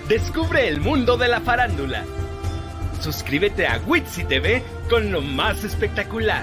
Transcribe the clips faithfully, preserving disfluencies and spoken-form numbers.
Descubre el mundo de la farándula. Suscríbete a Witsi T V con lo más espectacular.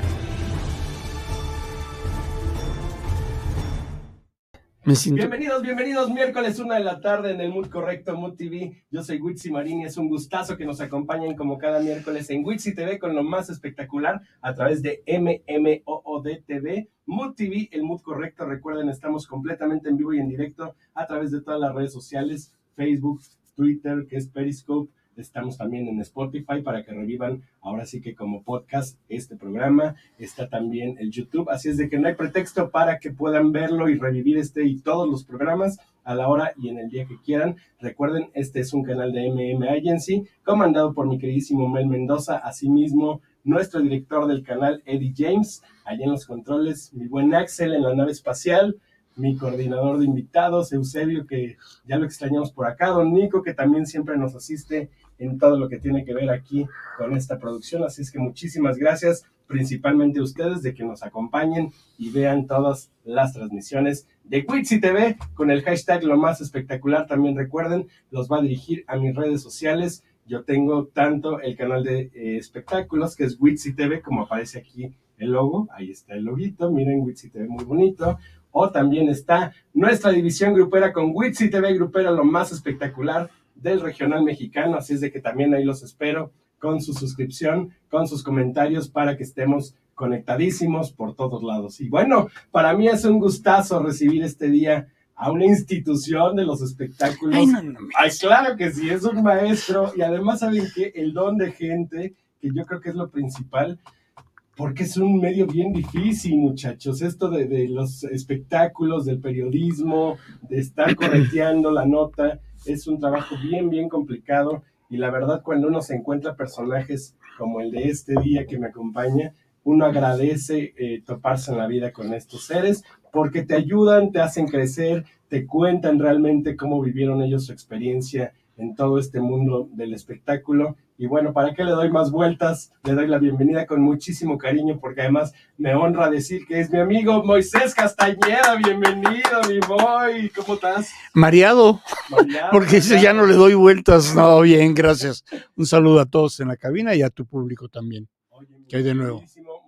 Bienvenidos, bienvenidos, miércoles una de la tarde en el Mood Correcto, Mood T V. Yo soy Witsi Marín y es un gustazo que nos acompañen como cada miércoles en Witsi T V con lo más espectacular a través de M M O O D T V, Mood T V, el Mood Correcto. Recuerden, estamos completamente en vivo y en directo a través de todas las redes sociales, Facebook, Twitter, que es Periscope. Estamos también en Spotify para que revivan ahora sí que como podcast este programa. Está también el YouTube, así es de que no hay pretexto para que puedan verlo y revivir este y todos los programas a la hora y en el día que quieran. Recuerden, este es un canal de M M Agency, comandado por mi queridísimo Mel Mendoza, asimismo nuestro director del canal, Eddie James, allá en los controles, mi buen Axel en la nave espacial, mi coordinador de invitados, Eusebio, que ya lo extrañamos por acá, don Nico, que también siempre nos asiste en todo lo que tiene que ver aquí con esta producción, así es que muchísimas gracias, principalmente a ustedes, de que nos acompañen y vean todas las transmisiones de Witsi T V con el hashtag lo más espectacular. También recuerden, los va a dirigir a mis redes sociales. Yo tengo tanto el canal de eh, espectáculos, que es Witsi T V, como aparece aquí el logo, ahí está el loguito, miren, Witsi T V muy bonito. O también está nuestra división grupera con Witsi T V Grupera, lo más espectacular del regional mexicano, así es de que también ahí los espero con su suscripción, con sus comentarios para que estemos conectadísimos por todos lados. Y bueno, para mí es un gustazo recibir este día a una institución de los espectáculos. Ay, no, no, Ay claro que sí, es un maestro y además saben que el don de gente, que yo creo que es lo principal, porque es un medio bien difícil, muchachos, esto de, de los espectáculos, del periodismo, de estar correteando la nota, es un trabajo bien, bien complicado, y la verdad cuando uno se encuentra personajes como el de este día que me acompaña, uno agradece eh, toparse en la vida con estos seres, porque te ayudan, te hacen crecer, te cuentan realmente cómo vivieron ellos su experiencia en todo este mundo del espectáculo. Y bueno, ¿para qué le doy más vueltas? Le doy la bienvenida con muchísimo cariño, porque además me honra decir que es mi amigo Moisés Castañeda. Bienvenido, mi Moy. ¿Cómo estás? Mareado, Mareado porque mareado. Ya no le doy vueltas. No, bien, gracias. Un saludo a todos en la cabina y a tu público también. Oye, que hay de nuevo.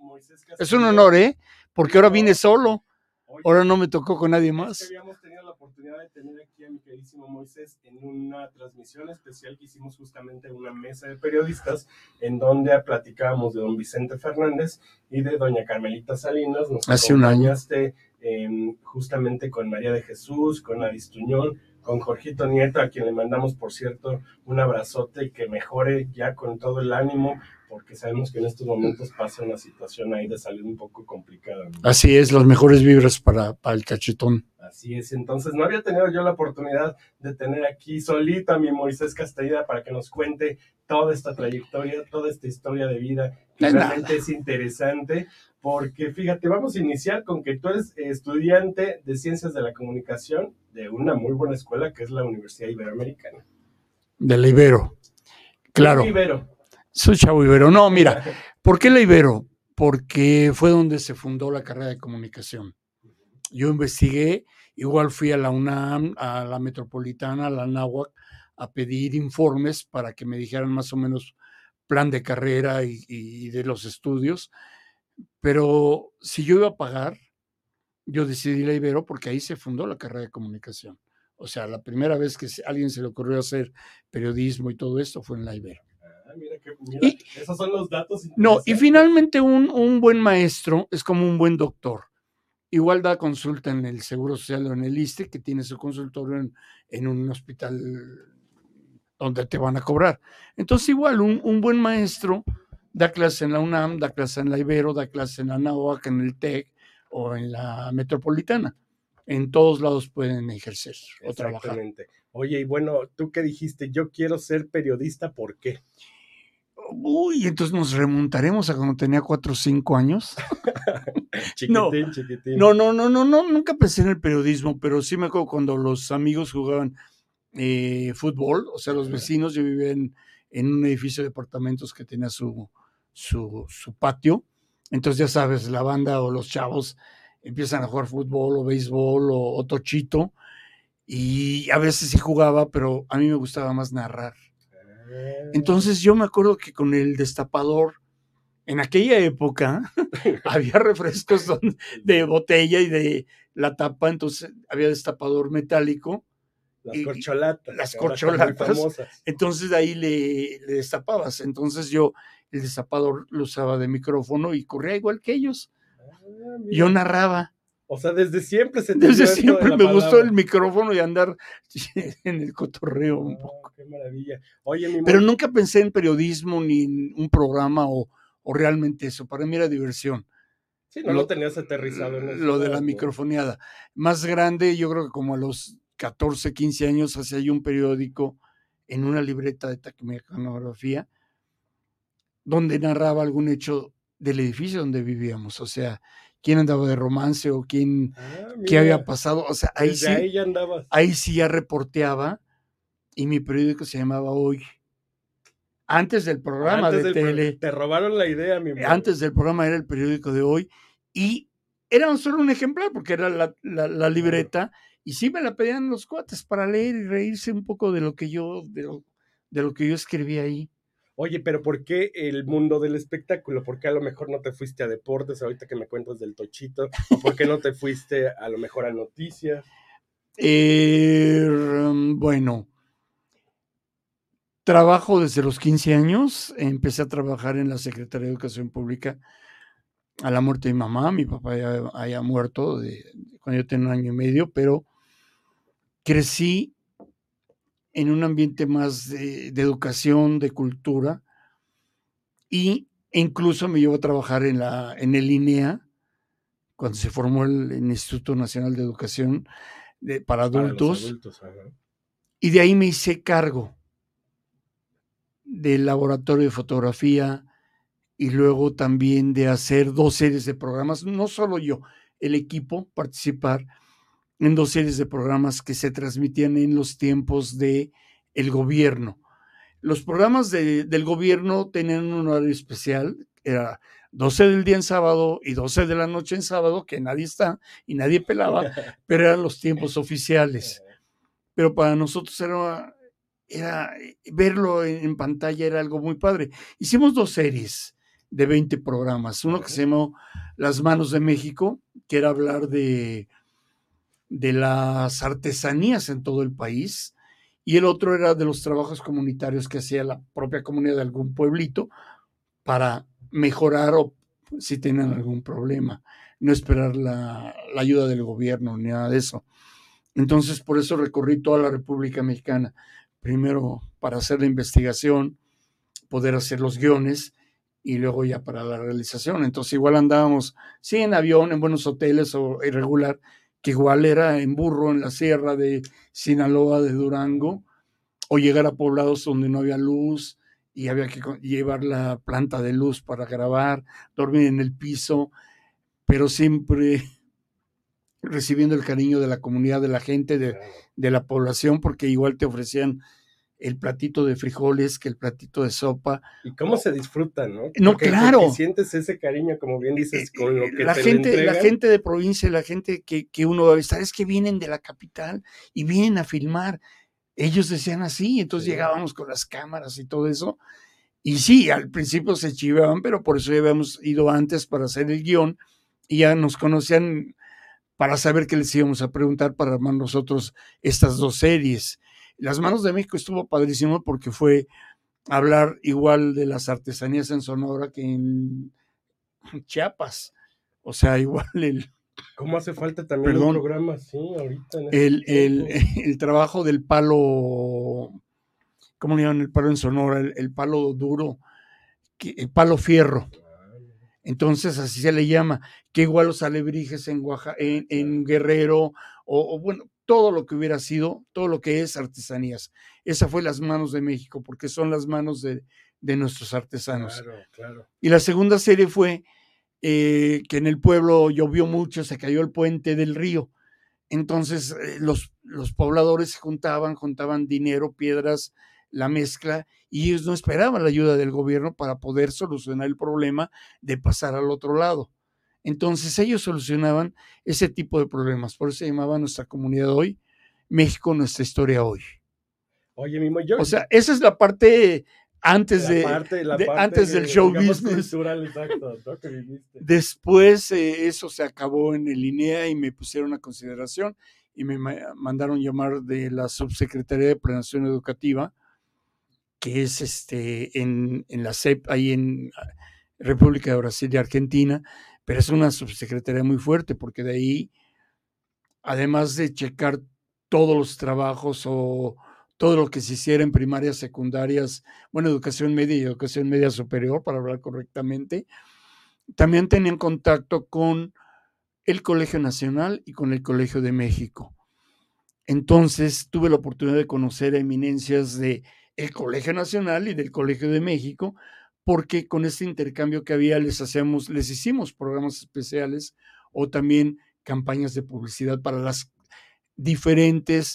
Es un honor, ¿eh? Porque ahora vine solo. Oye, ahora no me tocó con nadie más. Es que habíamos tenido la oportunidad de tener aquí a mi queridísimo Moisés en una transmisión especial que hicimos justamente en una mesa de periodistas en donde platicábamos de don Vicente Fernández y de doña Carmelita Salinas. Nos Hace un año. Eh, justamente con María de Jesús, con Aris Tuñón, con Jorgito Nieto, a quien le mandamos, por cierto, un abrazote y que mejore ya con todo el ánimo, porque sabemos que en estos momentos pasa una situación ahí de salud un poco complicada, ¿no? Así es, las mejores vibras para, para el cachetón. Así es, entonces no había tenido yo la oportunidad de tener aquí solito a mi Moisés Castañeda para que nos cuente toda esta trayectoria, toda esta historia de vida, que es realmente nada. Es interesante, porque fíjate, vamos a iniciar con que tú eres estudiante de Ciencias de la Comunicación de una muy buena escuela que es la Universidad Iberoamericana. De la Ibero, claro. Ibero. Soy chavo Ibero. No, mira, ¿por qué la Ibero? Porque fue donde se fundó la carrera de comunicación. Yo investigué, igual fui a la UNAM, a la Metropolitana, a la Anáhuac, a pedir informes para que me dijeran más o menos plan de carrera y, y de los estudios. Pero si yo iba a pagar, yo decidí la Ibero porque ahí se fundó la carrera de comunicación. O sea, la primera vez que a alguien se le ocurrió hacer periodismo y todo esto fue en la Ibero. Ah, mira que, mira, y, esos son los datos. No, y finalmente un, un buen maestro es como un buen doctor. Igual da consulta en el Seguro Social o en el ISSSTE, que tiene su consultorio en, en un hospital donde te van a cobrar. Entonces igual un, un buen maestro da clase en la UNAM, da clase en la Ibero, da clase en la Anáhuac, en el TEC o en la Metropolitana. En todos lados pueden ejercer o trabajar. Exactamente. Oye, y bueno, tú que dijiste, yo quiero ser periodista, ¿por qué? Uy, entonces nos remontaremos a cuando tenía cuatro o cinco años. chiquitín, no, chiquitín. No, no, no, no, no, nunca pensé en el periodismo, pero sí me acuerdo cuando los amigos jugaban eh, fútbol, o sea, los vecinos, yo vivía en, en un edificio de departamentos que tenía su, su, su patio, entonces ya sabes, la banda o los chavos empiezan a jugar fútbol o béisbol o, o tochito, y a veces sí jugaba, pero a mí me gustaba más narrar. Entonces yo me acuerdo que con el destapador, en aquella época, había refrescos de botella y de la tapa, entonces había destapador metálico. Las y, corcholatas. Las corcholatas. Entonces de ahí le, le destapabas. Entonces yo el destapador lo usaba de micrófono y corría igual que ellos. Ah, yo narraba. O sea, desde siempre se te Desde siempre de me palabra. Gustó el micrófono y andar en el cotorreo ah, un poco. Qué maravilla. Oye, mi Pero nunca pensé en periodismo ni en un programa o, o realmente eso. Para mí era diversión. Sí, no lo, lo tenías aterrizado en eso. Lo de la ¿no? microfoneada. Más grande, yo creo que como a los catorce, quince años hacía yo un periódico en una libreta de taquimecanografía donde narraba algún hecho del edificio donde vivíamos, o sea, quién andaba de romance o quién, ah, qué había pasado, o sea, ahí sí, ahí, ya andabas. ahí sí ya reporteaba y mi periódico se llamaba Hoy. Antes del programa Antes de del tele. Pro... Te robaron la idea, mi amor. Antes del programa era el periódico de Hoy y era solo un ejemplar porque era la, la, la libreta y sí me la pedían los cuates para leer y reírse un poco de lo que yo, de lo, de lo que yo escribía ahí. Oye, pero ¿por qué el mundo del espectáculo? ¿Por qué a lo mejor no te fuiste a deportes ahorita que me cuentas del Tochito? ¿O por qué no te fuiste a lo mejor a noticias? Eh, bueno, trabajo desde los quince años, empecé a trabajar en la Secretaría de Educación Pública a la muerte de mi mamá, mi papá ya había muerto de, cuando yo tenía un año y medio, pero crecí en un ambiente más de, de educación, de cultura, y incluso me llevó a trabajar en, la, en el INEA, cuando se formó el, el Instituto Nacional de Educación de, para Adultos, para los adultos y de ahí me hice cargo del laboratorio de fotografía y luego también de hacer dos series de programas, no solo yo, el equipo participar en dos series de programas que se transmitían en los tiempos de el gobierno. Los programas de, del gobierno tenían un horario especial, era doce del día en sábado y doce de la noche en sábado, que nadie está y nadie pelaba, pero eran los tiempos oficiales. Pero para nosotros era, era verlo en, en pantalla era algo muy padre. Hicimos dos series de veinte programas, uno que se llamó Las Manos de México, que era hablar de, de las artesanías en todo el país, y el otro era de los trabajos comunitarios que hacía la propia comunidad de algún pueblito para mejorar o si tienen algún problema, no esperar la, la ayuda del gobierno ni nada de eso. Entonces, por eso recorrí toda la República Mexicana, primero para hacer la investigación, poder hacer los guiones y luego ya para la realización. Entonces, igual andábamos, sí, en avión, en buenos hoteles o irregular, que igual era en burro, en la sierra de Sinaloa, de Durango, o llegar a poblados donde no había luz y había que llevar la planta de luz para grabar, dormir en el piso, pero siempre recibiendo el cariño de la comunidad, de la gente, de, de la población, porque igual te ofrecían el platito de frijoles que el platito de sopa. Y cómo se disfruta, ¿no? No, porque, claro. Porque sientes ese cariño, como bien dices, con lo que la te gente, le la gente de provincia, la gente que, que uno va a estar, es que vienen de la capital y vienen a filmar. Ellos decían así, entonces sí. Llegábamos con las cámaras y todo eso. Y sí, al principio se chivaban, pero por eso ya habíamos ido antes para hacer el guión y ya nos conocían para saber qué les íbamos a preguntar para armar nosotros estas dos series. Las Manos de México estuvo padrísimo porque fue hablar igual de las artesanías en Sonora que en Chiapas. O sea, igual el... ¿Cómo hace falta también Perdón, un programa así ahorita? En el, el, el trabajo del palo, ¿cómo le llaman el palo en Sonora? El, el palo duro, el palo fierro. Entonces así se le llama, que igual los alebrijes en, Oaxaca, en, en Guerrero, o, o bueno, todo lo que hubiera sido, todo lo que es artesanías. Esa fue Las Manos de México, porque son las manos de, de nuestros artesanos. Claro, claro. Y la segunda serie fue eh, que en el pueblo llovió mucho, se cayó el puente del río. Entonces eh, los, los pobladores se juntaban, juntaban dinero, piedras, la mezcla, y ellos no esperaban la ayuda del gobierno para poder solucionar el problema de pasar al otro lado. Entonces ellos solucionaban ese tipo de problemas, por eso se llamaba nuestra comunidad Hoy, México, nuestra historia hoy. Oye, Mimo, yo... O sea, esa es la parte antes, la de, parte, la de, parte antes que, del show digamos, business. cultural, exacto, ¿no? Que viviste. Después eh, eso se acabó en el INEA y me pusieron a consideración y me mandaron llamar de la Subsecretaría de Planeación Educativa, que es este en, en la C E P, ahí en República de Brasil y Argentina, pero es una subsecretaría muy fuerte porque de ahí, además de checar todos los trabajos o todo lo que se hiciera en primarias, secundarias, bueno, educación media y educación media superior, para hablar correctamente, también tenían contacto con el Colegio Nacional y con el Colegio de México. Entonces tuve la oportunidad de conocer a eminencias del Colegio Nacional y del Colegio de México, porque con este intercambio que había les hacíamos, les hicimos programas especiales o también campañas de publicidad para las diferentes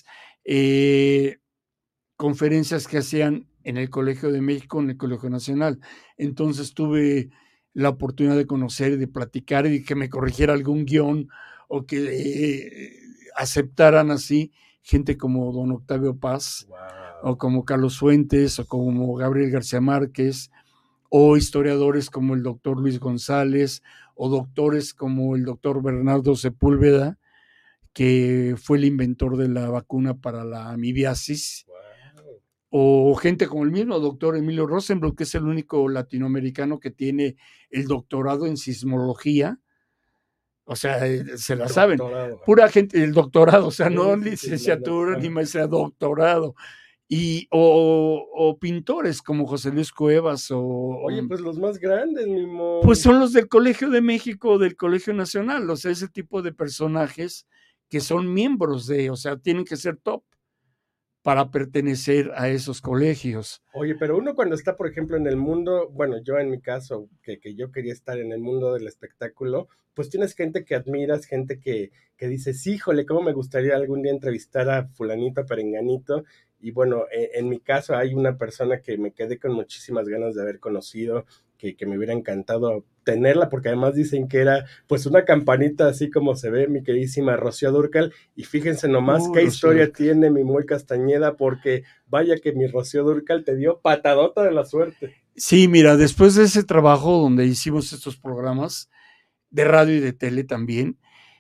eh, conferencias que hacían en el Colegio de México, en el Colegio Nacional. Entonces tuve la oportunidad de conocer y de platicar y que me corrigiera algún guión o que eh, aceptaran así gente como don Octavio Paz, wow. o como Carlos Fuentes, o como Gabriel García Márquez, o historiadores como el doctor Luis González, o doctores como el doctor Bernardo Sepúlveda, que fue el inventor de la vacuna para la amibiasis, wow. O gente como el mismo doctor Emilio Rosenbluth, que es el único latinoamericano que tiene el doctorado en sismología. O sea, se la saben. Pura gente, el doctorado, o sea, sí, no sí, licenciatura sí, no, no. ni maestría, doctorado. Y, o, o pintores como José Luis Cuevas. O, Oye, pues los más grandes, Mimo. Pues son los del Colegio de México, del Colegio Nacional. O sea, ese tipo de personajes que son miembros de, o sea, tienen que ser top para pertenecer a esos colegios. Oye, pero uno cuando está, por ejemplo, en el mundo, bueno, yo en mi caso, que, que yo quería estar en el mundo del espectáculo, pues tienes gente que admiras, gente que, que dices, híjole, cómo me gustaría algún día entrevistar a fulanito, perenganito. Y bueno, en, en mi caso hay una persona que me quedé con muchísimas ganas de haber conocido, que, que me hubiera encantado tenerla, porque además dicen que era pues una campanita así como se ve mi queridísima Rocío Dúrcal, y fíjense nomás uh, qué Rocío historia Dúrcal tiene mi Moy Castañeda, porque vaya que mi Rocío Dúrcal te dio patadota de la suerte. Sí, mira, después de ese trabajo donde hicimos estos programas de radio y de tele también,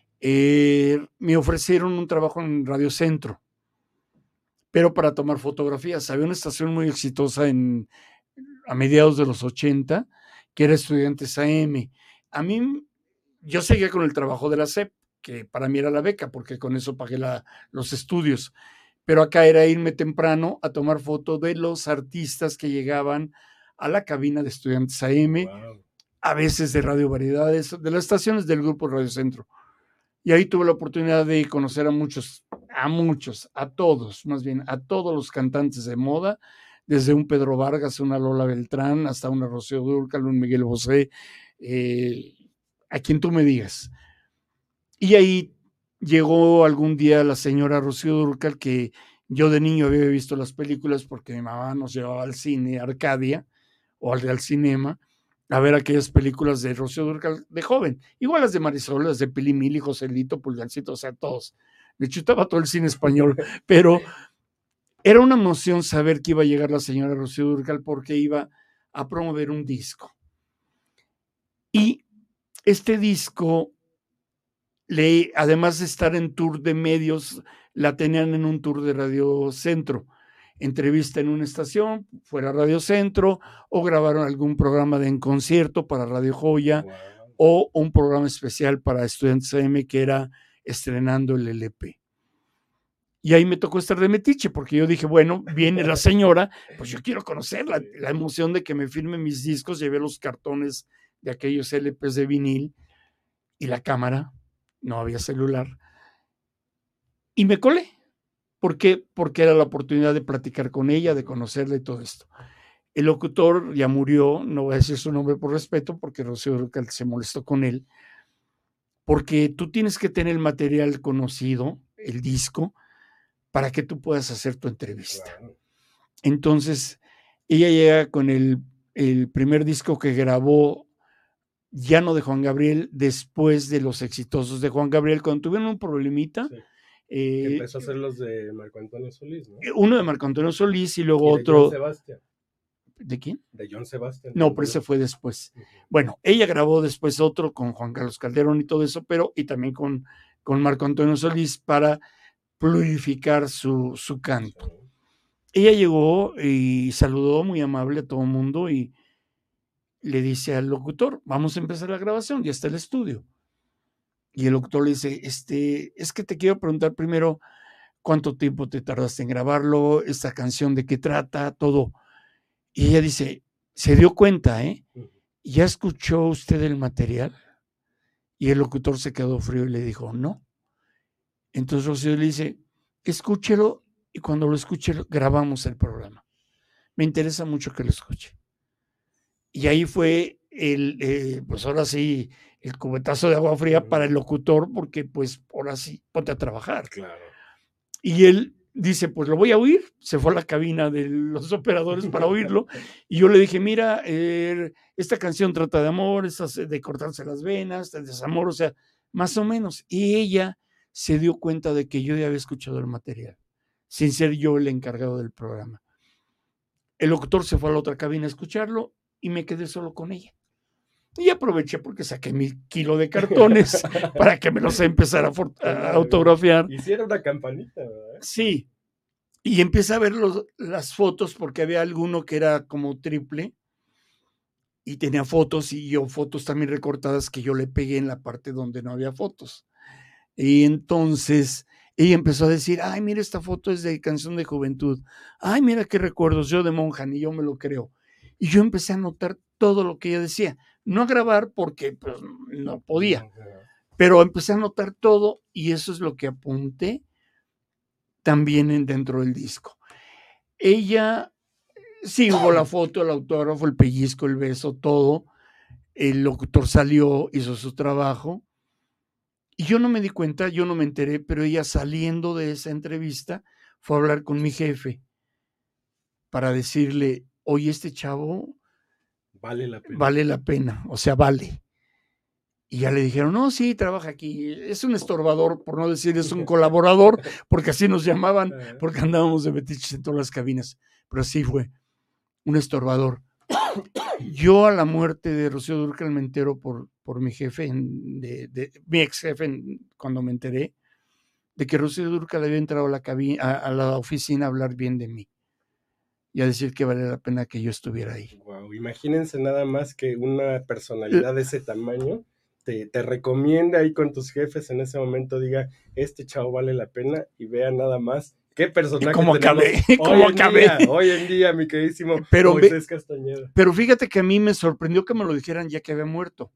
eh, me ofrecieron un trabajo en Radio Centro, pero para tomar fotografías. Había una estación muy exitosa en, a mediados de los ochenta, que era Estudiantes A M. A mí, yo seguía con el trabajo de la S E P, que para mí era la beca, porque con eso pagué la, los estudios. Pero acá era irme temprano a tomar foto de los artistas que llegaban a la cabina de Estudiantes A M, wow. A veces de Radio Variedades, de las estaciones del grupo Radio Centro. Y ahí tuve la oportunidad de conocer a muchos, a muchos, a todos, más bien, a todos los cantantes de moda, desde un Pedro Vargas, una Lola Beltrán, hasta una Rocío Dúrcal, un Miguel Bosé, eh, a quien tú me digas. Y ahí llegó algún día la señora Rocío Dúrcal, que yo de niño había visto las películas porque mi mamá nos llevaba al cine Arcadia o al Real Cinema a ver aquellas películas de Rocío Dúrcal de joven, igual las de Marisol, las de Pili Mili, Joselito, Pulgancito, o sea, todos. Me chutaba todo el cine español, pero era una emoción saber que iba a llegar la señora Rocío Dúrcal porque iba a promover un disco. Y este disco, le, además de estar en tour de medios, la tenían en un tour de Radio Centro. Entrevista en una estación, fuera Radio Centro, o grabaron algún programa de en concierto para Radio Joya, wow. O un programa especial para Estudiantes A M que era estrenando el L P. Y ahí me tocó estar de metiche, porque yo dije, bueno, viene la señora, pues yo quiero conocerla, la emoción de que me firme mis discos, llevé los cartones de aquellos L Ps de vinil y la cámara, no había celular, y me colé. ¿Por qué? Porque era la oportunidad de platicar con ella, de conocerla y todo esto. El locutor ya murió, no voy a decir su nombre por respeto, porque Rocío Dúrcal se molestó con él, porque tú tienes que tener el material conocido, el disco, para que tú puedas hacer tu entrevista. Claro. Entonces, ella llega con el, el primer disco que grabó, ya no de Juan Gabriel, después de los exitosos de Juan Gabriel, cuando tuvieron un problemita, sí. Eh, empezó a hacer los de Marco Antonio Solís, ¿no? Uno de Marco Antonio Solís y luego y de otro... John Sebastián. ¿De quién? De John Sebastián. No, pero ese fue después. Uh-huh. Bueno, ella grabó después otro con Juan Carlos Calderón y todo eso, pero y también con, con Marco Antonio Solís para purificar su, su canto. Uh-huh. Ella llegó y saludó muy amable a todo el mundo y le dice al locutor, vamos a empezar la grabación, ya está el estudio. Y el locutor le dice, este, es que te quiero preguntar primero cuánto tiempo te tardaste en grabarlo, esta canción de qué trata, todo. Y ella dice, se dio cuenta, ¿eh? ¿Ya escuchó usted el material? Y el locutor se quedó frío y le dijo, no. Entonces Rocío le dice, escúchelo y cuando lo escuche grabamos el programa. Me interesa mucho que lo escuche. Y ahí fue el, eh, pues ahora sí, el cubetazo de agua fría uh-huh. para el locutor, porque pues ahora sí, ponte a trabajar. Claro. Y él dice, pues lo voy a oír. Se fue a la cabina de los operadores para oírlo. Y yo le dije, mira, eh, esta canción trata de amor, de cortarse las venas, de desamor, o sea, más o menos. Y ella se dio cuenta de que yo ya había escuchado el material, sin ser yo el encargado del programa. El locutor se fue a la otra cabina a escucharlo y me quedé solo con ella. Y aproveché porque saqué mi kilo de cartones para que me los empezara a, for- a autografiar. Hiciera una campanita, ¿verdad? Sí. Y empecé a ver los, las fotos porque había alguno que era como triple y tenía fotos y yo fotos también recortadas que yo le pegué en la parte donde no había fotos. Y entonces ella empezó a decir, ay, mira, esta foto es de Canción de Juventud. Ay, mira qué recuerdos, yo de monja, ni yo me lo creo. Y yo empecé a notar todo lo que ella decía. No a grabar porque pues, no podía, pero empecé a notar todo y eso es lo que apunté también en, dentro del disco. Ella, sí hubo la foto, el autógrafo, el pellizco, el beso, todo. El locutor salió, hizo su trabajo. Y yo no me di cuenta, yo no me enteré, pero ella saliendo de esa entrevista fue a hablar con mi jefe para decirle, oye, este chavo vale la pena. Vale la pena, o sea, vale. Y ya le dijeron, no, sí, trabaja aquí, es un estorbador, por no decir es un colaborador, porque así nos llamaban, porque andábamos de metiches en todas las cabinas, pero así fue, un estorbador. Yo a la muerte de Rocío Dúrcal me entero por, por mi jefe, de, de, mi ex jefe, cuando me enteré de que Rocío Dúrcal había entrado a la, cabina, a, a la oficina a hablar bien de mí y a decir que vale la pena que yo estuviera ahí. Wow, imagínense nada más que una personalidad de ese tamaño te, te recomienda ahí con tus jefes en ese momento, diga, este chavo vale la pena y vea nada más qué personaje ¿Cómo tenemos acabé? hoy, en día, hoy en día, mi queridísimo pero Moisés Castañeda. Pero fíjate que a mí me sorprendió que me lo dijeran ya que había muerto,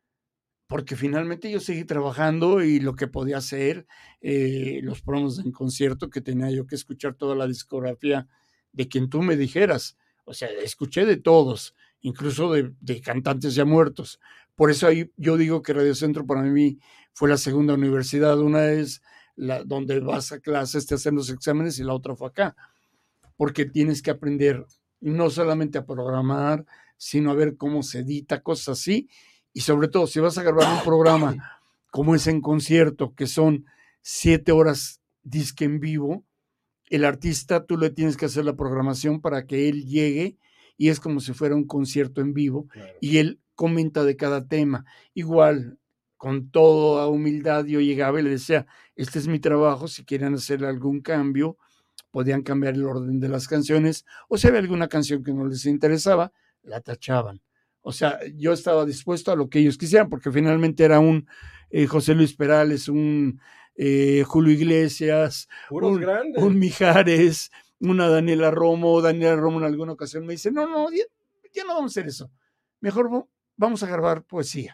porque finalmente yo seguí trabajando y lo que podía hacer, eh, los promos en concierto que tenía yo que escuchar toda la discografía de quien tú me dijeras, o sea, escuché de todos, incluso de, de cantantes ya muertos. Por eso ahí yo digo que Radio Centro para mí fue la segunda universidad. Una es la donde vas a clases, te hacen los exámenes, y la otra fue acá, porque tienes que aprender no solamente a programar, sino a ver cómo se edita, cosas así, y sobre todo si vas a grabar un programa como es en concierto, que son siete horas disque en vivo, el artista tú le tienes que hacer la programación para que él llegue y es como si fuera un concierto en vivo, claro. Y él comenta de cada tema. Igual, con toda humildad, yo llegaba y le decía, este es mi trabajo, si quieren hacer algún cambio, podían cambiar el orden de las canciones, o si había alguna canción que no les interesaba, la tachaban. O sea, yo estaba dispuesto a lo que ellos quisieran, porque finalmente era un eh, José Luis Perales, un eh, Julio Iglesias, un, un Mijares, una Daniela Romo. Daniela Romo en alguna ocasión me dice, no, no, ya, ya no vamos a hacer eso. Mejor vamos a grabar poesía.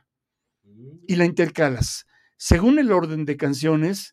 Y la intercalas. Según el orden de canciones,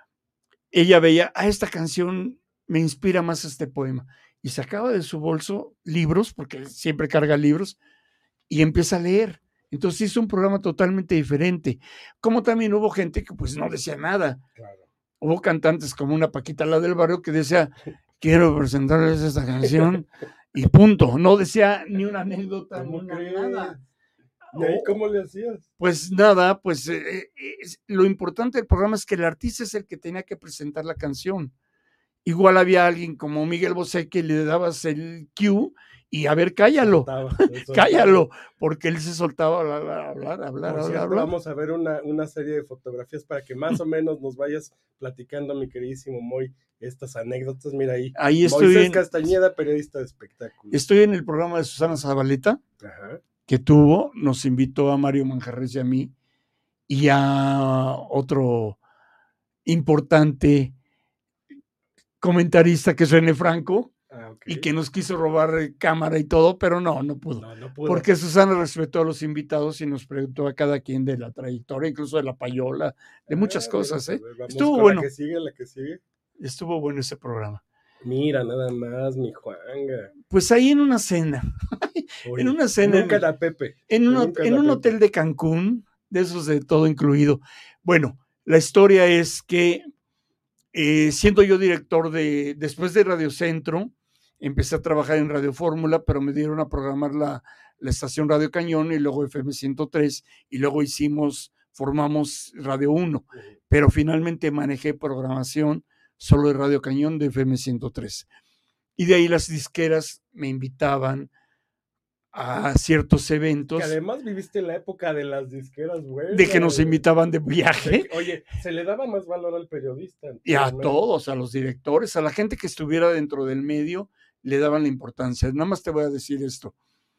ella veía, a ah, esta canción me inspira más este poema. Y sacaba de su bolso libros, porque siempre carga libros, y empieza a leer. Entonces hizo un programa totalmente diferente. Como también hubo gente que pues no decía nada. Claro. Hubo cantantes como una Paquita, la del barrio, que decía, quiero presentarles esta canción, y punto. No decía ni una anécdota, ni una, nada. ¿Y ahí cómo le hacías? Pues nada, pues eh, eh, lo importante del programa es que el artista es el que tenía que presentar la canción. Igual había alguien como Miguel Bosé que le dabas el cue y a ver, cállalo, soltaba, soltaba. cállalo, porque él se soltaba a hablar, a hablar, a hablar. Por cierto, hablar. Vamos a ver una, una serie de fotografías para que más o menos nos vayas platicando, mi queridísimo Moy, estas anécdotas. Mira ahí, ahí estoy Moisés en, Castañeda, periodista de espectáculos. Estoy en el programa de Susana Zabaleta, Ajá. que tuvo, nos invitó a Mario Manjarres y a mí, y a otro importante comentarista que es René Franco, ah, okay. y que nos quiso robar cámara y todo, pero no, no pudo. No, no pudo. Porque Susana respetó a los invitados y nos preguntó a cada quien de la trayectoria, incluso de la payola, de ah, muchas cosas. Mira, ¿eh? Estuvo con bueno. La que sigue, la que sigue. Estuvo bueno ese programa. Mira, nada más, mi Juanga. Pues ahí en una cena. Oye, en una cena. Nunca da Pepe. En, un, en un hotel de Cancún, de esos de todo incluido. Bueno, la historia es que eh, siendo yo director de, después de Radio Centro, empecé a trabajar en Radio Fórmula, pero me dieron a programar la, la estación Radio Cañón y luego F M ciento tres y luego hicimos, formamos Radio uno, pero finalmente manejé programación solo de Radio Cañón de F M ciento tres. Y de ahí las disqueras me invitaban a ciertos eventos. Que además viviste la época de las disqueras, güey. De que nos invitaban de viaje. Oye, se le daba más valor al periodista. Y a todos, a los directores, a la gente que estuviera dentro del medio, le daban la importancia. Nada más te voy a decir esto.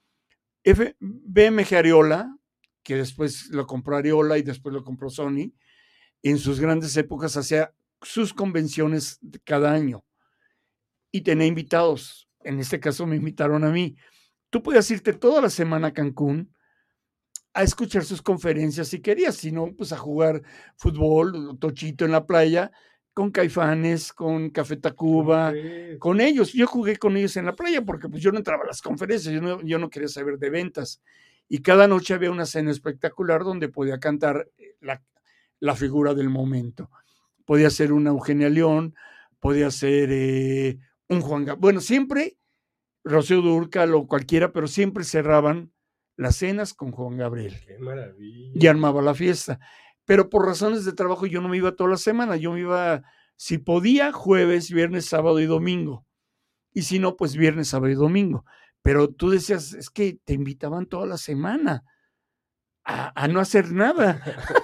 F, B M G Ariola, que después lo compró Ariola y después lo compró Sony, en sus grandes épocas hacía sus convenciones cada año y tenía invitados. En este caso me invitaron a mí. Tú podías irte toda la semana a Cancún a escuchar sus conferencias si querías, si no, pues a jugar fútbol, tochito en la playa, con Caifanes, con Café Tacuba, okay. con ellos. Yo jugué con ellos en la playa porque pues yo no entraba a las conferencias, yo no, yo no quería saber de ventas. Y cada noche había una cena espectacular donde podía cantar la, la figura del momento. Podía ser una Eugenia León, podía ser eh, un Juan Gabriel. Bueno, siempre Rocío Dúrcal o cualquiera, pero siempre cerraban las cenas con Juan Gabriel. ¡Qué maravilla! Y armaba la fiesta. Pero por razones de trabajo yo no me iba toda la semana, yo me iba, si podía, jueves, viernes, sábado y domingo. Y si no, pues viernes, sábado y domingo. Pero tú decías, es que te invitaban toda la semana a, a no hacer nada.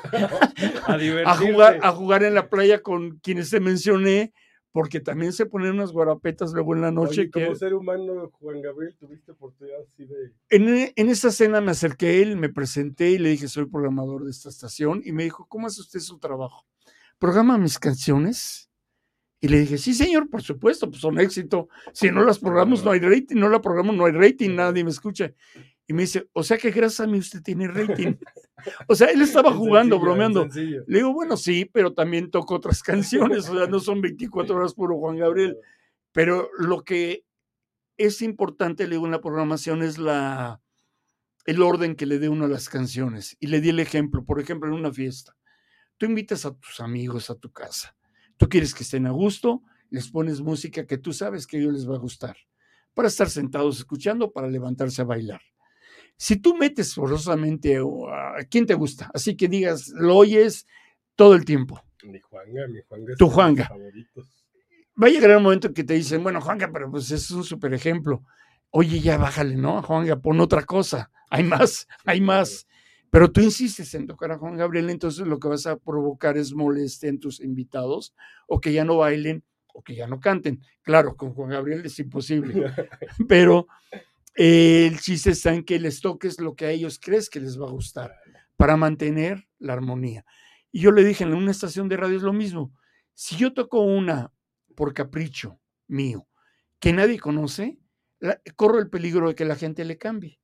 a, a, jugar, a jugar en la playa con quienes te mencioné, porque también se ponen unas guarapetas luego en la noche. Oye, como que, ser humano, Juan Gabriel, ¿tuviste oportunidad así de...? En, en esa cena me acerqué a él, me presenté y le dije, soy programador de esta estación, y me dijo, ¿cómo hace usted su trabajo? ¿Programa mis canciones? Y le dije, sí, señor, por supuesto, pues son éxito. Si no las programamos, no hay rating, no la programo, no hay rating, nadie me escucha. Y me dice, o sea que gracias a mí usted tiene rating. O sea, él estaba jugando, sencillo, bromeando. Le digo, bueno, sí, pero también toco otras canciones, o sea, no son veinticuatro horas puro Juan Gabriel. Pero lo que es importante, le digo, en la programación es la, el orden que le dé uno a las canciones. Y le di el ejemplo, por ejemplo, en una fiesta. Tú invitas a tus amigos a tu casa. Tú quieres que estén a gusto, les pones música que tú sabes que a ellos les va a gustar. Para estar sentados escuchando, para levantarse a bailar. Si tú metes forzosamente a quién te gusta, así que digas, lo oyes todo el tiempo. Mi Juanga, mi Juanga es tu Juanga. Va a llegar un momento que te dicen, bueno, Juanga, pero pues es un súper ejemplo. Oye, ya bájale, ¿no? Juanga, pon otra cosa. Hay más, hay más. Pero tú insistes en tocar a Juan Gabriel, entonces lo que vas a provocar es molestia en tus invitados, o que ya no bailen, o que ya no canten. Claro, con Juan Gabriel es imposible, pero eh, el chiste está en que les toques lo que a ellos crees que les va a gustar, para mantener la armonía. Y yo le dije, en una estación de radio es lo mismo. Si yo toco una por capricho mío, que nadie conoce, la, corro el peligro de que la gente le cambie.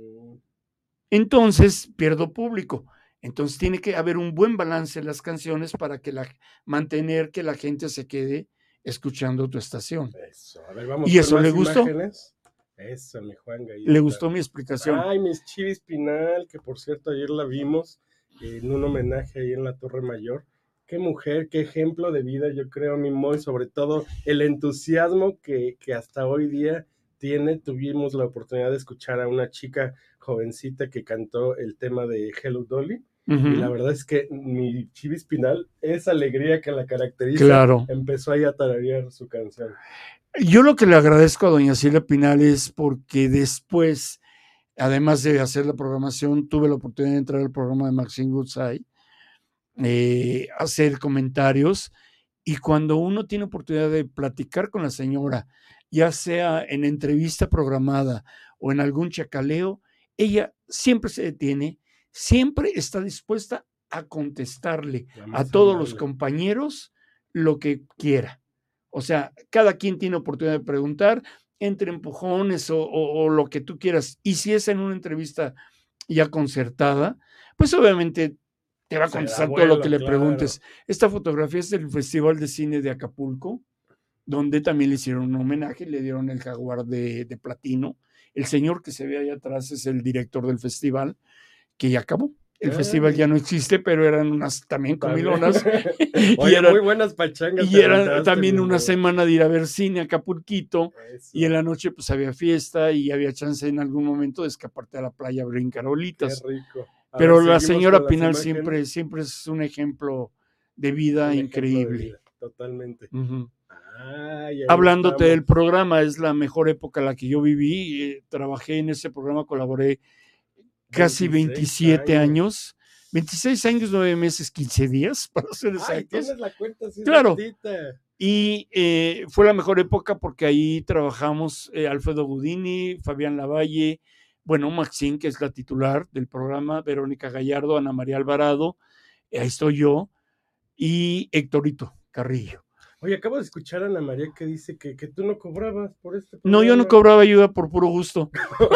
Entonces pierdo público. Entonces tiene que haber un buen balance en las canciones para que la, mantener que la gente se quede escuchando tu estación. Eso. A ver, vamos ¿Y eso le gustó? Imágenes. Eso, mi Juanga. Le está. Gustó mi explicación. Ay, Miss Chivis Pinal, que por cierto ayer la vimos en un homenaje ahí en la Torre Mayor. Qué mujer, qué ejemplo de vida, yo creo, mi Moy, sobre todo el entusiasmo que, que hasta hoy día tiene. Tuvimos la oportunidad de escuchar a una chica jovencita que cantó el tema de Hello Dolly. Uh-huh. Y la verdad es que mi Chivis Pinal, esa alegría que la caracteriza, claro, empezó ahí a tararear su canción. Yo lo que le agradezco a doña Silvia Pinal es porque después, además de hacer la programación, tuve la oportunidad de entrar al programa de Maxine Goodside, eh, hacer comentarios, y cuando uno tiene oportunidad de platicar con la señora, ya sea en entrevista programada o en algún chacaleo, ella siempre se detiene, siempre está dispuesta a contestarle a todos los compañeros lo que quiera. O sea, cada quien tiene oportunidad de preguntar, entre empujones o, o, o lo que tú quieras. Y si es en una entrevista ya concertada, pues obviamente te va a contestar todo lo que le claro. preguntes. Esta fotografía es del Festival de Cine de Acapulco, donde también le hicieron un homenaje, le dieron el jaguar de, de platino. El señor que se ve allá atrás es el director del festival, que ya acabó. El Ay. festival ya no existe, pero eran unas también comilonas. Oye, y eran, muy buenas pachangas. Y era también una vida. semana de ir a ver cine a Acapulquito. Eso. Y en la noche pues había fiesta y había chance en algún momento de escaparte a la playa a brincar olitas. Qué rico. A Pero ver, la señora Pinal siempre, siempre es un ejemplo de vida un increíble. De vida, totalmente. Uh-huh. Ay, Hablándote estamos. del programa, es la mejor época en la que yo viví. Eh, trabajé en ese programa, colaboré casi veintisiete años. años. veintiséis años, nueve meses, quince días, para ser exactos. Ay, tienes la cuenta, sí, claro. Ratita. Y eh, fue la mejor época porque ahí trabajamos eh, Alfredo Gudini, Fabián Lavalle, bueno, Maxine, que es la titular del programa, Verónica Gallardo, Ana María Alvarado, eh, ahí estoy yo, y Héctorito Carrillo. Oye, acabo de escuchar a Ana María que dice que, que tú no cobrabas por este programa. No, yo no cobraba ayuda por puro gusto.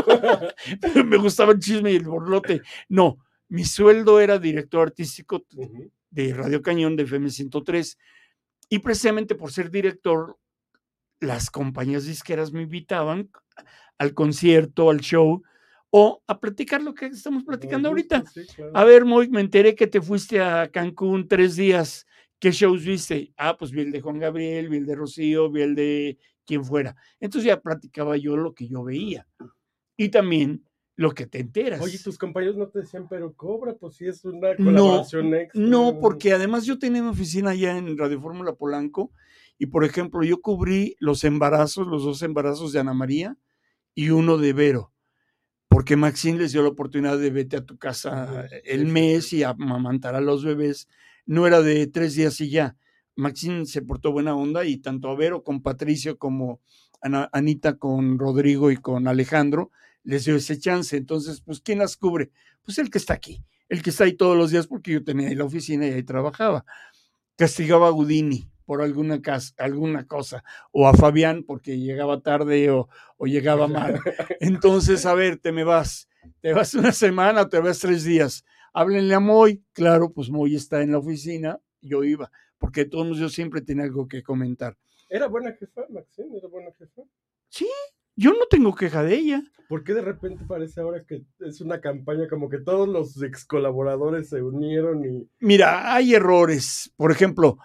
Me gustaba el chisme y el borlote. No, mi sueldo era director artístico uh-huh. de Radio Cañón de F M ciento tres. Y precisamente por ser director, las compañías disqueras me invitaban al concierto, al show, o a platicar lo que estamos platicando gusto, ahorita. Sí, claro. A ver, Moy, me enteré que te fuiste a Cancún tres días. ¿Qué shows viste? Ah, pues vi el de Juan Gabriel, vi el de Rocío, vi el de quien fuera. Entonces ya platicaba yo lo que yo veía. Y también lo que te enteras. Oye, tus compañeros no te decían, pero cobra, pues si es una colaboración no, extra. No, porque además yo tenía una oficina allá en Radio Fórmula Polanco y, por ejemplo, yo cubrí los embarazos, los dos embarazos de Ana María y uno de Vero, porque Maxine les dio la oportunidad de vete a tu casa sí, el sí, mes sí. y amamantar a los bebés. No era de tres días y ya. Maxine se portó buena onda y tanto a Vero con Patricio como a Anita con Rodrigo y con Alejandro les dio ese chance. Entonces, pues, ¿quién las cubre? Pues el que está aquí, el que está ahí todos los días porque yo tenía ahí la oficina y ahí trabajaba. Castigaba a Gudini por alguna, casa, alguna cosa, o a Fabián porque llegaba tarde o, o llegaba mal. Entonces, a ver, te me vas, te vas una semana o te vas tres días. Háblenle a Moy. Claro, pues Moy está en la oficina, yo iba, porque todos yo siempre tenía algo que comentar. ¿Era buena jefa, Maxine? ¿Era buena jefa? Sí, yo no tengo queja de ella. ¿Por qué de repente parece ahora que es una campaña como que todos los ex colaboradores se unieron y... Mira, hay errores. Por ejemplo,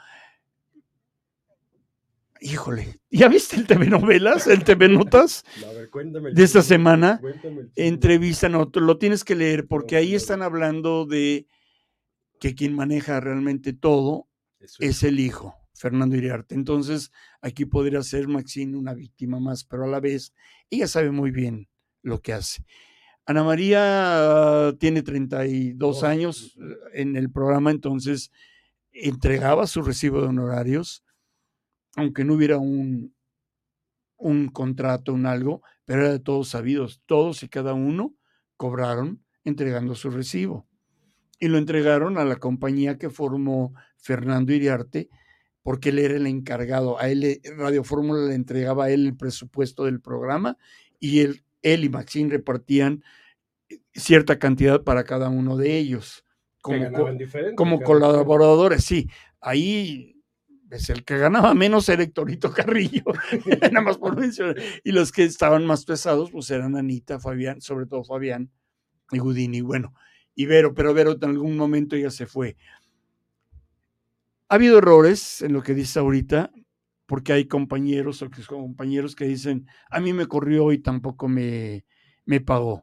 híjole, ¿ya viste el T V Novelas, el T V Notas a ver, cuéntame de esta semana? Entrevista, no, lo tienes que leer porque ahí están hablando de que quien maneja realmente todo es el hijo, Fernando Iriarte. Entonces, aquí podría ser Maxine una víctima más, pero a la vez ella sabe muy bien lo que hace. Ana María uh, tiene treinta y dos oh, años sí. en el programa, entonces entregaba su recibo de honorarios, aunque no hubiera un, un contrato, un algo, pero era de todos sabidos. Todos y cada uno cobraron entregando su recibo. Y lo entregaron a la compañía que formó Fernando Iriarte, porque él era el encargado. A él, Radio Fórmula le entregaba a él el presupuesto del programa y él, él y Maxine repartían cierta cantidad para cada uno de ellos. Como, co como colaboradores, sí. Ahí es el que ganaba menos era Héctorito Carrillo, nada más por mencionar. Y los que estaban más pesados, pues eran Anita, Fabián, sobre todo Fabián y Gudini. Bueno, y Vero, pero Vero en algún momento ya se fue. Ha habido errores en lo que dice ahorita. porque hay compañeros o compañeros que dicen, a mí me corrió y tampoco me, me pagó.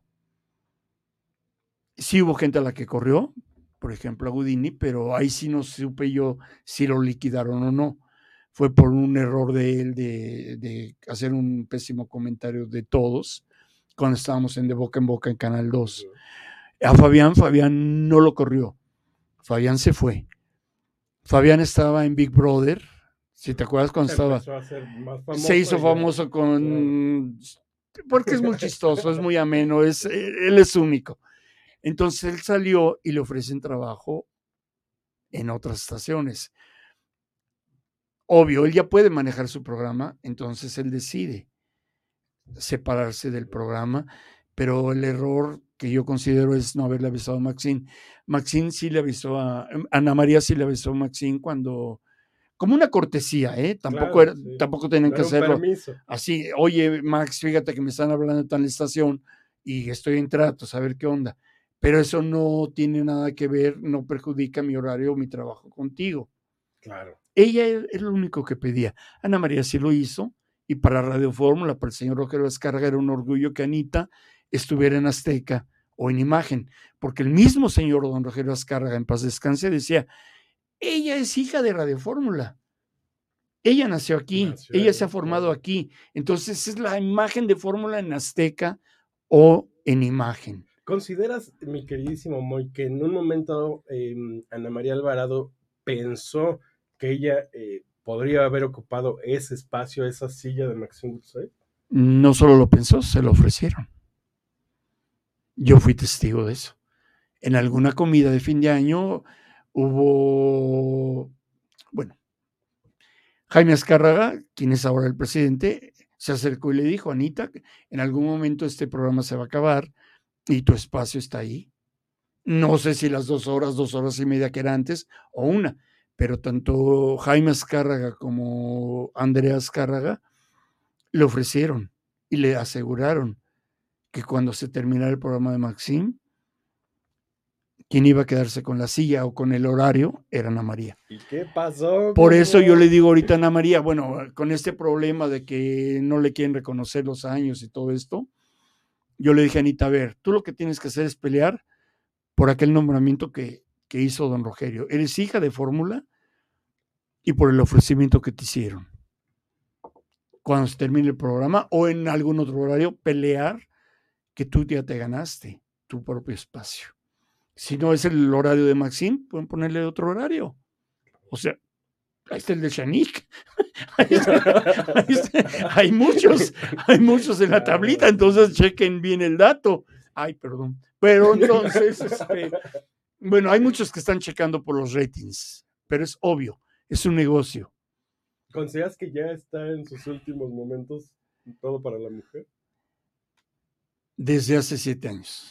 Sí hubo gente a la que corrió, por ejemplo a Houdini, pero ahí sí no supe yo si lo liquidaron o no. Fue por un error de él de, de hacer un pésimo comentario de todos cuando estábamos en De Boca en Boca en Canal dos. A Fabián, Fabián no lo corrió. Fabián se fue. Fabián estaba en Big Brother, si te acuerdas cuando Se estaba. empezó a hacer más famoso Se hizo y ya, famoso con... claro. Porque es muy chistoso, es muy ameno, es, él es único. Entonces él salió y le ofrecen trabajo en otras estaciones. Obvio, él ya puede manejar su programa, entonces él decide separarse del programa, pero el error que yo considero es no haberle avisado a Maxine. Maxine sí le avisó a... Ana María sí le avisó a Maxine cuando... Como una cortesía, ¿eh? Tampoco, Claro, era, sí. tampoco tenían No que era un hacerlo permiso. así. Oye, Max, fíjate que me están hablando de tal estación y estoy en tratos, a ver qué onda. Pero eso no tiene nada que ver, no perjudica mi horario o mi trabajo contigo. Claro. Ella es lo único que pedía. Ana María sí lo hizo, y para Radio Fórmula, para el señor Rogelio Azcárraga, era un orgullo que Anita estuviera en Azteca o en Imagen, porque el mismo señor don Rogelio Azcárraga, en paz descanse, decía, ella es hija de Radio Fórmula. Ella nació aquí, Nació ella ahí, se ha formado claro. aquí. Entonces es la imagen de Fórmula en Azteca o en Imagen. ¿Consideras, mi queridísimo Moy, que en un momento eh, Ana María Alvarado pensó que ella eh, podría haber ocupado ese espacio, esa silla de Maxine Goodside? No solo lo pensó, se lo ofrecieron. Yo fui testigo de eso. En alguna comida de fin de año hubo, bueno, Jaime Azcárraga, quien es ahora el presidente, se acercó y le dijo, Anita, en algún momento este programa se va a acabar y tu espacio está ahí. No sé si las dos horas, dos horas y media que era antes o una, pero tanto Jaime Azcárraga como Andrea Azcárraga le ofrecieron y le aseguraron que cuando se terminara el programa de Maxine, quien iba a quedarse con la silla o con el horario era Ana María. ¿Y qué pasó? Por eso yo le digo ahorita a Ana María, bueno, con este problema de que no le quieren reconocer los años y todo esto, yo le dije a Anita, a ver, tú lo que tienes que hacer es pelear por aquel nombramiento que, que hizo don Rogelio. Eres hija de Fórmula y por el ofrecimiento que te hicieron. Cuando se termine el programa o en algún otro horario, pelear que tú ya te ganaste tu propio espacio. Si no es el horario de Maxine, pueden ponerle otro horario. O sea, ahí está el de Shanique. Ahí está, ahí está. Hay muchos, hay muchos en la tablita, entonces chequen bien el dato. Ay, perdón. Pero entonces, este, bueno, hay muchos que están checando por los ratings, pero es obvio, es un negocio. ¿Consideras que ya está en sus últimos momentos todo para la mujer? Desde hace siete años.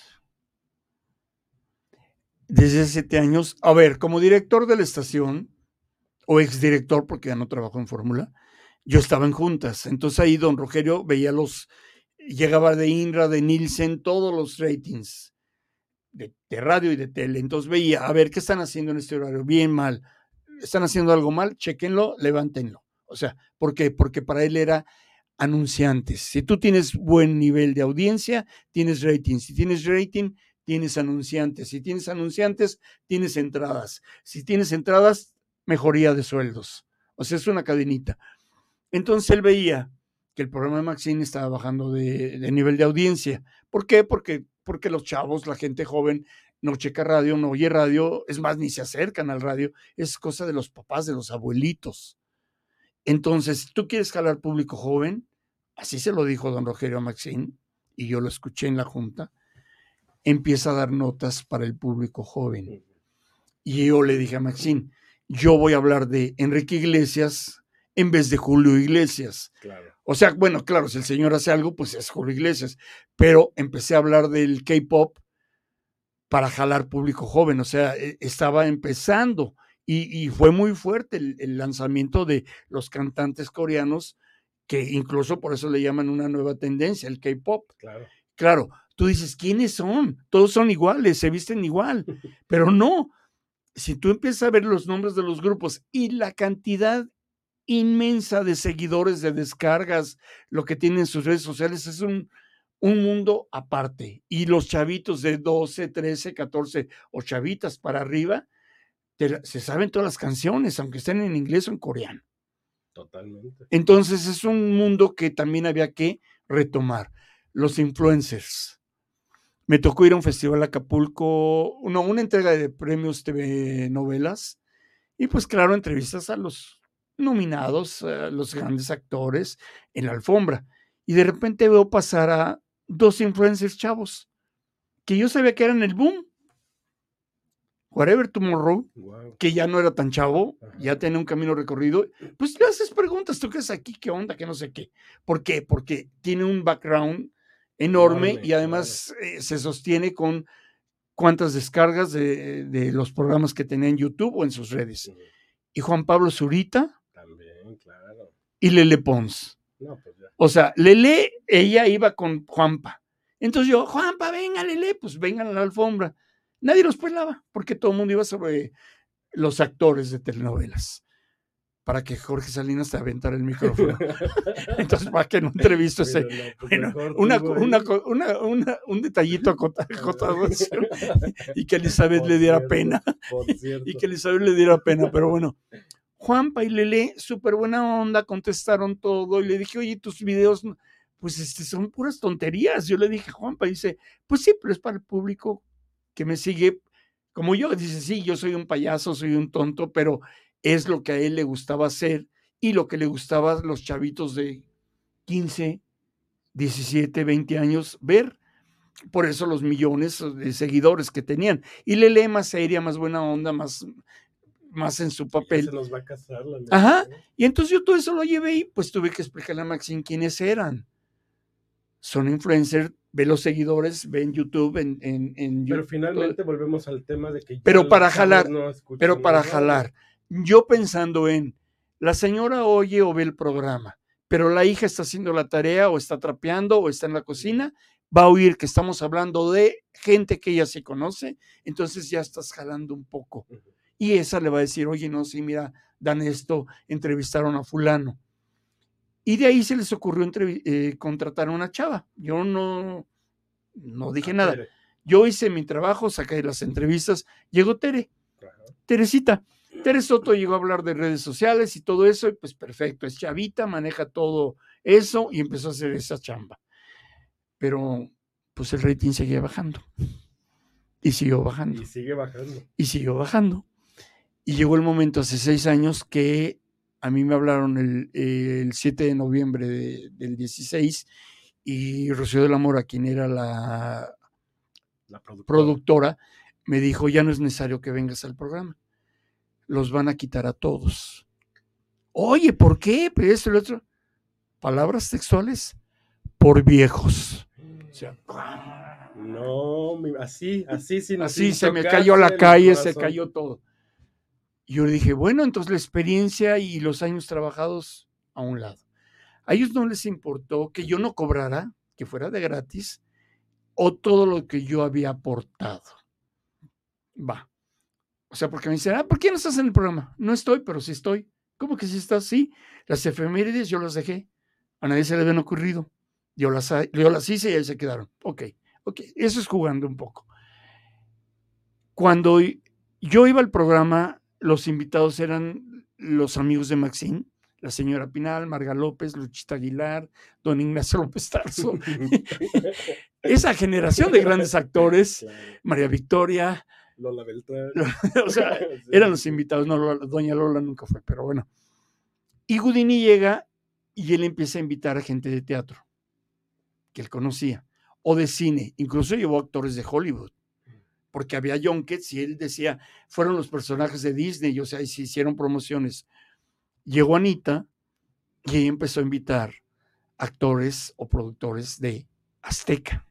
Desde hace siete años, a ver, como director de la estación, o exdirector, porque ya no trabajo en Fórmula, yo estaba en juntas. Entonces ahí don Rogelio veía los, llegaba de INRA, de Nielsen, todos los ratings de, de radio y de tele. Entonces veía, a ver, ¿qué están haciendo en este horario? Bien, mal. ¿Están haciendo algo mal? Chequenlo, levántenlo. O sea, ¿por qué? Porque para él era anunciantes. Si tú tienes buen nivel de audiencia, tienes rating. Si tienes rating, tienes anunciantes. Si tienes anunciantes, tienes entradas. Si tienes entradas, mejoría de sueldos. O sea, es una cadenita. Entonces él veía que el programa de Maxine estaba bajando de, de nivel de audiencia. ¿Por qué? Porque, porque los chavos, la gente joven, no checa radio, no oye radio, es más, ni se acercan al radio. Es cosa de los papás, de los abuelitos. Entonces, ¿tú quieres jalar público joven? Así se lo dijo don Rogelio a Maxine, y yo lo escuché en la junta. Empieza a dar notas para el público joven. Y yo le dije a Maxine, yo voy a hablar de Enrique Iglesias en vez de Julio Iglesias. Claro. O sea, bueno, claro, si el señor hace algo, pues es Julio Iglesias. Pero empecé a hablar del K-pop para jalar público joven. O sea, estaba empezando. Y, y fue muy fuerte el, el lanzamiento de los cantantes coreanos, que incluso por eso le llaman una nueva tendencia, el K-pop. Claro. Claro, tú dices, ¿quiénes son? Todos son iguales, se visten igual. Pero no. Si tú empiezas a ver los nombres de los grupos y la cantidad inmensa de seguidores, de descargas, lo que tienen en sus redes sociales, es un, un mundo aparte. Y los chavitos de doce, trece, catorce o chavitas para arriba, te, se saben todas las canciones, aunque estén en inglés o en coreano. Totalmente. Entonces es un mundo que también había que retomar. Los influencers. Me tocó ir a un festival a Acapulco, no, una entrega de premios T V novelas, y pues claro, entrevistas a los nominados, a los grandes actores en la alfombra. Y de repente veo pasar a dos influencers chavos, que yo sabía que eran el boom. Whatever Tomorrow, wow, que ya no era tan chavo, ajá, ya tenía un camino recorrido, pues le haces preguntas, ¿tú qué es aquí? ¿Qué onda? ¿Qué no sé qué? ¿Por qué? Porque tiene un background enorme, enorme y además claro. eh, se sostiene con cuántas descargas de, de los programas que tenía en YouTube o en sus redes. Uh-huh. Y Juan Pablo Zurita. También, claro. Y Lele Pons. No, pues ya. O sea, Lele, ella iba con Juanpa. Entonces yo, Juanpa, venga, Lele, pues vengan a la alfombra. Nadie los pelaba, porque todo el mundo iba sobre los actores de telenovelas. Para que Jorge Salinas te aventara el micrófono. Entonces, para que no entrevisto ese. No, pues bueno, una, una, una, una, un detallito acotado. Y que Elizabeth por le diera cierto, pena. Y que Elizabeth le diera pena. Pero bueno, Juanpa y Lele, súper buena onda, contestaron todo. Y le dije, oye, tus videos, pues este, son puras tonterías. Yo le dije, Juanpa, y dice, pues sí, pero es para el público que me sigue. Como yo, dice, sí, yo soy un payaso, soy un tonto, pero es lo que a él le gustaba hacer y lo que le gustaba a los chavitos de quince, diecisiete, veinte años ver. Por eso los millones de seguidores que tenían. Y Lele más seria, más buena onda, más, más en su papel. Ya se nos va a casar la Lele. Ajá. Y entonces yo todo eso lo llevé y pues tuve que explicarle a Maxine quiénes eran. Son influencers, ve los seguidores, ve en YouTube, en, en, en Pero YouTube. finalmente volvemos al tema de que ya pero para jalar, no pero para jalar. Yo pensando en, la señora oye o ve el programa, pero la hija está haciendo la tarea o está trapeando o está en la cocina, va a oír que estamos hablando de gente que ella se conoce, entonces ya estás jalando un poco. Y esa le va a decir, oye, no, sí, mira, dan esto, entrevistaron a fulano. Y de ahí se les ocurrió entre, eh, contratar a una chava. Yo no, no dije nada. Tere. Yo hice mi trabajo, saqué las entrevistas, llegó Tere, ajá. Teresita. Tere Soto llegó a hablar de redes sociales y todo eso, y pues perfecto, es chavita, maneja todo eso y empezó a hacer esa chamba. Pero pues el rating seguía bajando. Y siguió bajando. Y sigue bajando. Y siguió bajando. Y llegó el momento hace seis años que a mí me hablaron el, el siete de noviembre de, del dieciséis y Rocío de la Mora, quien era la, la productora. productora, me dijo, ya no es necesario que vengas al programa. Los van a quitar a todos. Oye, ¿por qué? Pero esto y lo otro. Palabras textuales, por viejos. O sea, no, así, así, sin, así sin se me cayó la calle, se cayó todo. Y yo le dije, bueno, entonces la experiencia y los años trabajados a un lado. A ellos no les importó que yo no cobrara, que fuera de gratis, o todo lo que yo había aportado. Va. O sea, porque me dicen, ah, ¿por qué no estás en el programa? No estoy, pero sí estoy. ¿Cómo que sí estás? Sí. Las efemérides yo las dejé. A nadie se le habían ocurrido. Yo las, yo las hice y ahí se quedaron. Ok, ok. Eso es jugando un poco. Cuando yo iba al programa, los invitados eran los amigos de Maxine, la señora Pinal, Marga López, Luchita Aguilar, don Ignacio López Tarso. Esa generación de grandes actores, claro. María Victoria, Lola Beltrán. O sea, sí, eran los invitados, no, Lola, doña Lola nunca fue, pero bueno. Y Houdini llega y él empieza a invitar a gente de teatro que él conocía, o de cine, incluso llevó actores de Hollywood, porque había junkets y él decía, fueron los personajes de Disney, o sea, y se hicieron promociones. Llegó Anita y ella empezó a invitar actores o productores de Azteca.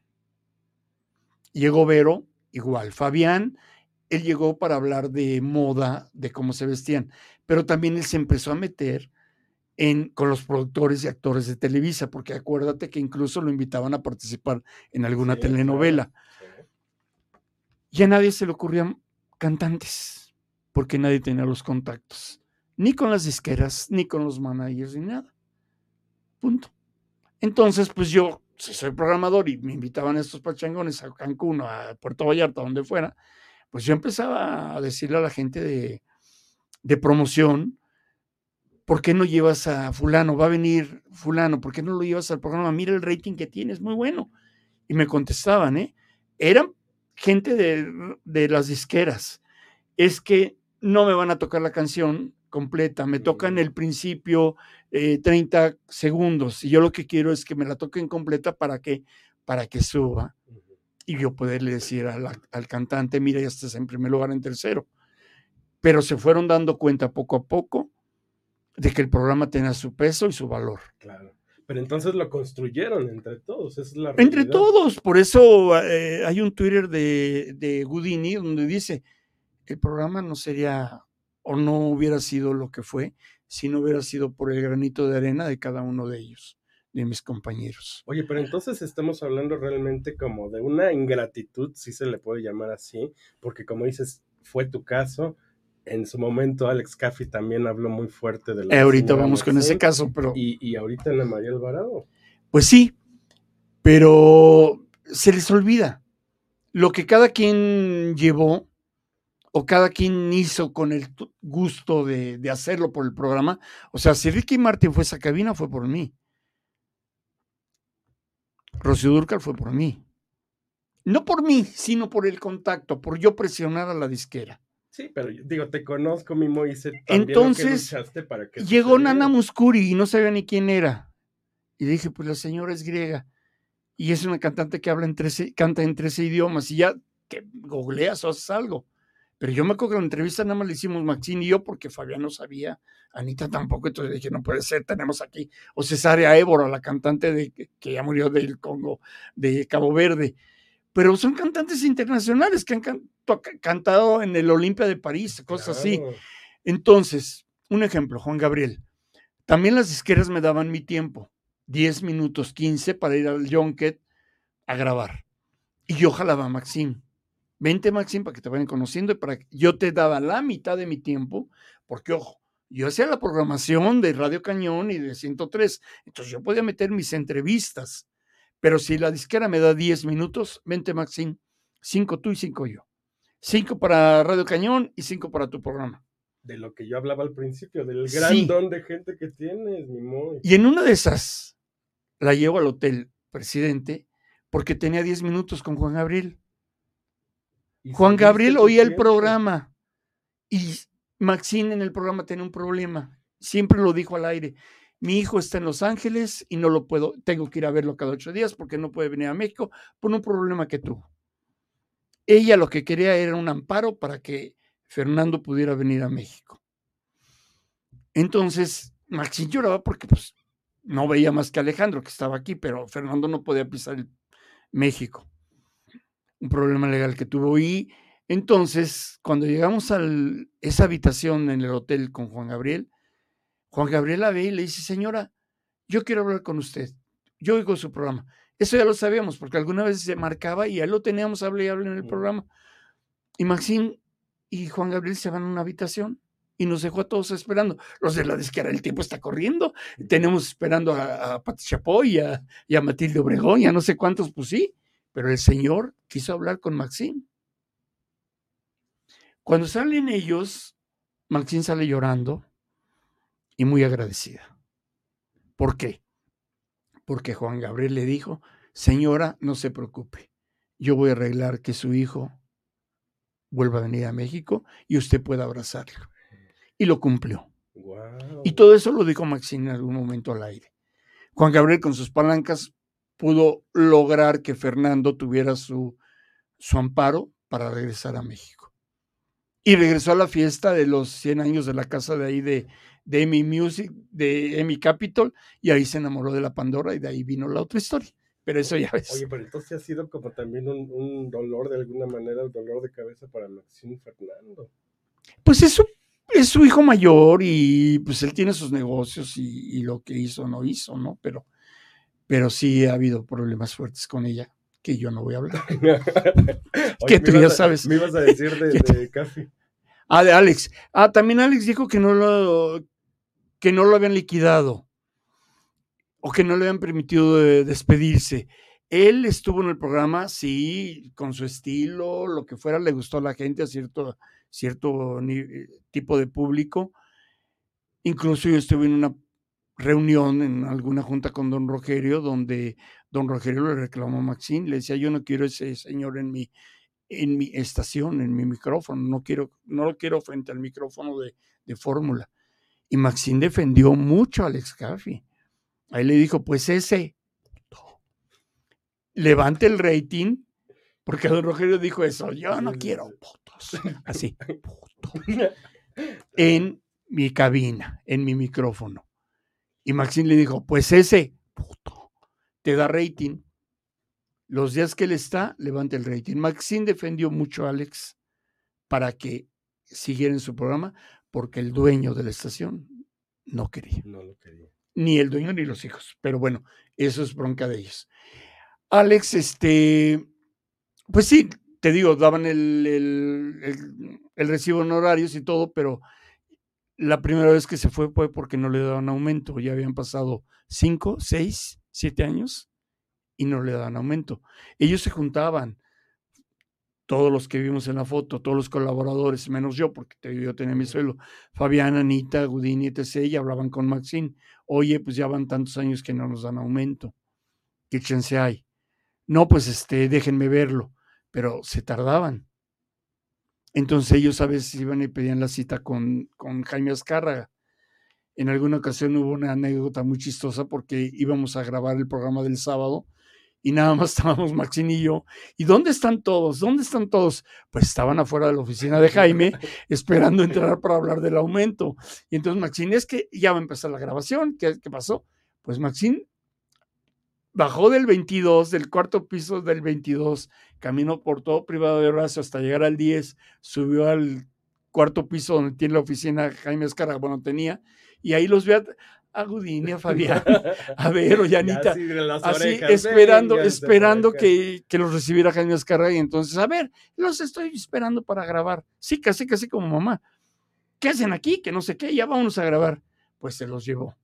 Llegó Vero, igual, Fabián, él llegó para hablar de moda, de cómo se vestían, pero también él se empezó a meter en, con los productores y actores de Televisa, porque acuérdate que incluso lo invitaban a participar en alguna sí, telenovela. Claro. Sí. Y a nadie se le ocurrían cantantes, porque nadie tenía los contactos. ni con las disqueras, ni con los managers, ni nada. Punto. Entonces, pues yo, si soy programador y me invitaban a estos pachangones a Cancún, a Puerto Vallarta, donde fuera, pues yo empezaba a decirle a la gente de, de promoción, ¿por qué no llevas a fulano? Va a venir fulano, ¿por qué no lo llevas al programa? Mira el rating que tiene, es muy bueno. Y me contestaban, ¿eh? Eran gente de, de las disqueras. Es que no me van a tocar la canción completa, me tocan el principio, eh, treinta segundos, y yo lo que quiero es que me la toquen completa para que, para que suba, y yo poderle decir a la, al cantante, mira, ya estás en primer lugar, en tercero. Pero se fueron dando cuenta poco a poco de que el programa tenía su peso y su valor. Claro. Pero entonces lo construyeron entre todos, esa es la realidad. Entre todos, por eso eh, hay un Twitter de, de Houdini donde dice, el programa no sería o no hubiera sido lo que fue si no hubiera sido por el granito de arena de cada uno de ellos, de mis compañeros. Oye, pero entonces estamos hablando realmente como de una ingratitud, si se le puede llamar así, porque como dices, fue tu caso. En su momento Alex Caffey también habló muy fuerte de la eh, ahorita vamos Maxine, con ese caso, pero... Y, y ahorita Ana María Alvarado. Pues sí, pero se les olvida. Lo que cada quien llevó o cada quien hizo con el gusto de, de hacerlo por el programa. O sea, si Ricky Martin fue a esa cabina, fue por mí. Rocío Dúrcal fue por mí. No por mí, sino por el contacto, por yo presionar a la disquera. Sí, pero digo, te conozco, Mimo, y sé también Entonces, lo que luchaste para que llegó sucediera. Nana Muscuri y no sabía ni quién era. Y dije, pues la señora es griega. Y es una cantante que habla en trece, canta en trece idiomas. Y ya que googleas o haces algo. Pero yo me acuerdo que la entrevista nada más la hicimos Maxine y yo porque Fabián no sabía, Anita tampoco. Entonces dije, no puede ser, tenemos aquí. O Cesárea Évora, la cantante de, que ya murió del Congo, de Cabo Verde. Pero son cantantes internacionales que han can- cantado en el Olimpia de París, cosas claro. así. Entonces, un ejemplo, Juan Gabriel. También las disqueras me daban mi tiempo, diez minutos, quince, para ir al Junket a grabar. Y yo jalaba a Maxine. Vente, Maxine, para que te vayan conociendo y para que yo te daba la mitad de mi tiempo, porque, ojo, yo hacía la programación de Radio Cañón y de ciento tres, entonces yo podía meter mis entrevistas. Pero si la disquera me da diez minutos, vente, Maxine, cinco tú y cinco yo. Cinco para Radio Cañón y cinco para tu programa. De lo que yo hablaba al principio, del gran sí. don de gente que tienes, mi Moy. Y en una de esas, la llevo al Hotel Presidente porque tenía diez minutos con Juan Gabriel. Juan Gabriel oía el programa y Maxine en el programa tenía un problema. Siempre lo dijo al aire. Mi hijo está en Los Ángeles y no lo puedo, tengo que ir a verlo cada ocho días porque no puede venir a México por un problema que tuvo. Ella lo que quería era un amparo para que Fernando pudiera venir a México. Entonces, Maxine lloraba porque pues, no veía más que a Alejandro, que estaba aquí, pero Fernando no podía pisar el México. Un problema legal que tuvo. Y entonces, cuando llegamos a esa habitación en el hotel con Juan Gabriel, Juan Gabriel la ve y le dice, señora, yo quiero hablar con usted. Yo oigo su programa. Eso ya lo sabíamos, porque alguna vez se marcaba y ya lo teníamos, hable y hable en el programa. Y Maxine y Juan Gabriel se van a una habitación y nos dejó a todos esperando. Los de la disquera, el tiempo está corriendo. Tenemos esperando a, a Pati Chapoy y a, y a Matilde Obregón, y a no sé cuántos, pues sí. Pero el señor quiso hablar con Maxine. Cuando salen ellos, Maxine sale llorando y muy agradecida. ¿Por qué? Porque Juan Gabriel le dijo, señora, no se preocupe, yo voy a arreglar que su hijo vuelva a venir a México y usted pueda abrazarlo. Y lo cumplió. Wow. Y todo eso lo dijo Maxine en algún momento al aire. Juan Gabriel con sus palancas pudo lograr que Fernando tuviera su, su amparo para regresar a México. Y regresó a la fiesta de los cien años de la casa de ahí de, de Emi Music, de Emi Capitol, y ahí se enamoró de la Pandora y de ahí vino la otra historia. Pero eso ya ves. Oye, pero entonces ha sido como también un, un dolor de alguna manera, el dolor de cabeza para Maxine Fernando. Pues eso es su hijo mayor y pues él tiene sus negocios y, y lo que hizo no hizo, ¿no? Pero, pero sí ha habido problemas fuertes con ella que yo no voy a hablar. Oye, que tú ya a, sabes. Me ibas a decir de, de Caffey. Ah, de Alex. Ah, también Alex dijo que no lo, que no lo habían liquidado o que no le habían permitido de despedirse. Él estuvo en el programa, sí, con su estilo, lo que fuera, le gustó a la gente, a cierto, cierto tipo de público. Incluso yo estuve en una reunión, en alguna junta con don Rogerio, donde don Rogerio le reclamó a Maxine, le decía, yo no quiero ese señor en mi, en mi estación, en mi micrófono, no quiero, no lo quiero frente al micrófono de, de Fórmula. Y Maxine defendió mucho a Alex Caffey. Ahí le dijo, pues ese, levante el rating, porque don Rogerio dijo eso, yo no quiero putos, así, puto, en mi cabina, en mi micrófono. Y Maxine le dijo, pues ese, puto, te da rating. Los días que él está, levanta el rating. Maxine defendió mucho a Alex para que siguiera en su programa, porque el dueño de la estación no quería. No lo quería. Ni el dueño ni los hijos. Pero bueno, eso es bronca de ellos. Alex, este, pues sí, te digo, daban el, el, el, el recibo en horarios y todo, pero la primera vez que se fue fue porque no le daban aumento. Ya habían pasado cinco, seis, siete años y no le daban aumento. Ellos se juntaban, todos los que vimos en la foto, todos los colaboradores, menos yo, porque yo tenía mi suelo, Fabián, Anita, Gudini, etcétera, y hablaban con Maxine. Oye, pues ya van tantos años que no nos dan aumento. ¿Qué chance hay? No, pues este, déjenme verlo. Pero se tardaban. Entonces ellos a veces iban y pedían la cita con, con Jaime Azcárraga. En alguna ocasión hubo una anécdota muy chistosa porque íbamos a grabar el programa del sábado y nada más estábamos Maxine y yo. ¿Y dónde están todos? ¿Dónde están todos? Pues estaban afuera de la oficina de Jaime esperando entrar para hablar del aumento. Y entonces Maxine, es que ya va a empezar la grabación. ¿Qué, qué pasó? Pues Maxine bajó del veintidós, del cuarto piso del veintidós, caminó por todo Privado de Horacio hasta llegar al diez, subió al cuarto piso donde tiene la oficina Jaime Azcárraga, bueno, tenía, y ahí los ve a, a Gudini, a Fabián, a Vero y a Anita, así, así orejas, esperando, esperando que, que los recibiera Jaime Azcárraga, y entonces, a ver, los estoy esperando para grabar. Sí, casi, casi como mamá. ¿Qué hacen aquí? Que no sé qué, ya vámonos a grabar. Pues se los llevó.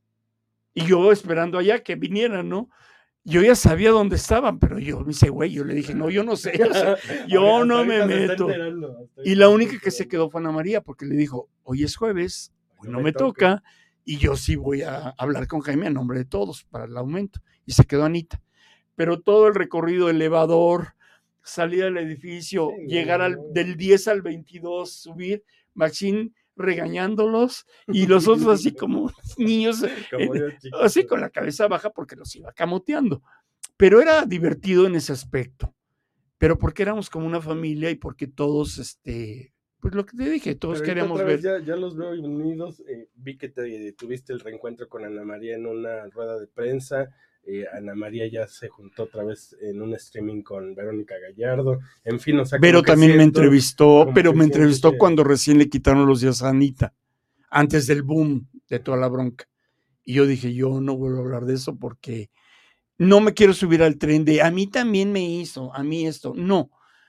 Y yo esperando allá que vinieran, ¿no? Yo ya sabía dónde estaban, pero yo me dice, güey, yo le dije, no, yo no sé, o sea, yo ver, no me meto. Y la única que se quedó fue Ana María, porque le dijo, hoy es jueves, hoy no, no me, me toca, toque. Y yo sí voy a hablar con Jaime a nombre de todos para el aumento. Y se quedó Anita. Pero todo el recorrido, elevador, salir del edificio, sí, llegar no, al, no. del diez al veintidós, subir, Maxine regañándolos y los otros así como niños, como eh, así con la cabeza baja porque los iba camoteando. Pero era divertido en ese aspecto. Pero porque éramos como una familia y porque todos, este, pues lo que te dije, todos Pero queríamos otra ver. Vez ya, ya los veo unidos. Eh, vi que te, tuviste el reencuentro con Ana María en una rueda de prensa. Eh, Ana María ya se juntó otra vez en un streaming con Verónica Gallardo, en fin, o sea, Vero también siento, me entrevistó, pero me entrevistó que... cuando recién le quitaron los días a Anita, antes del boom de toda la bronca, y yo dije, yo no vuelvo a hablar de eso porque no me quiero subir al tren de a mí también me hizo, a mí esto, no,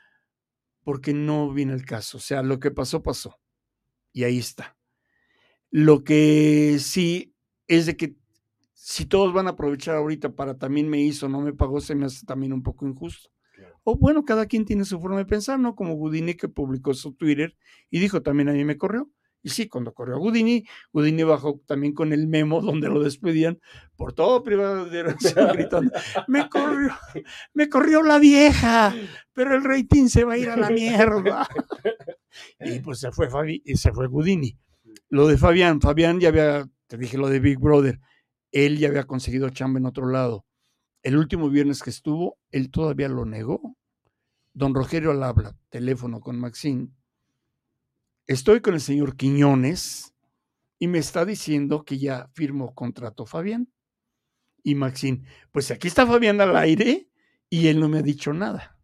porque no viene el caso, o sea, lo que pasó, pasó, y ahí está. Lo que sí es de que si todos van a aprovechar ahorita para también me hizo, no me pagó, se me hace también un poco injusto. Claro. O bueno, cada quien tiene su forma de pensar, ¿no? Como Gudini, que publicó su Twitter y dijo, también a mí me corrió. Y sí, cuando corrió a Gudini, Gudini bajó también con el memo donde lo despedían por todo Privado de Horacio gritando, me corrió, me corrió la vieja, pero el rating se va a ir a la mierda. Y pues se fue Fabi, y se fue Gudini. Lo de Fabián, Fabián ya había, te dije lo de Big Brother, él ya había conseguido chamba en otro lado. El último viernes que estuvo, él todavía lo negó. Don Rogerio al habla, teléfono con Maxine. Estoy con el señor Quiñones y me está diciendo que ya firmó contrato Fabián. Y Maxine, pues aquí está Fabián al aire y él no me ha dicho nada.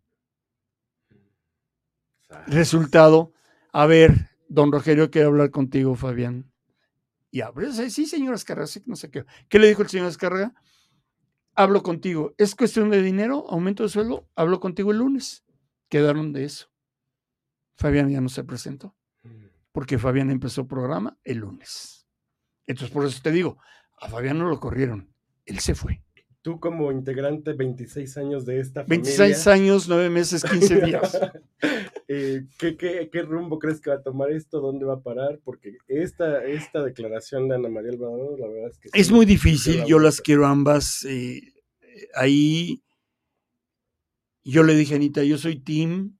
Resultado, a ver, don Rogerio quiere hablar contigo, Fabián. Y abre, sí, señor Azcárraga, sí, no sé qué. ¿Qué le dijo el señor Azcárraga? Hablo contigo. ¿Es cuestión de dinero? ¿Aumento de sueldo? Hablo contigo el lunes. Quedaron de eso. Fabián ya no se presentó. porque Fabián empezó programa el lunes. Entonces, por eso te digo, a Fabián no lo corrieron, él se fue. Tú como integrante, veintiséis años de esta familia. veintiséis años, nueve meses, quince días. eh, ¿qué, qué, ¿Qué rumbo crees que va a tomar esto? ¿Dónde va a parar? Porque esta, esta declaración de Ana María Alvarado, la verdad es que... Es sí, muy difícil, la yo las quiero ambas. Eh, ahí yo le dije a Anita, yo soy team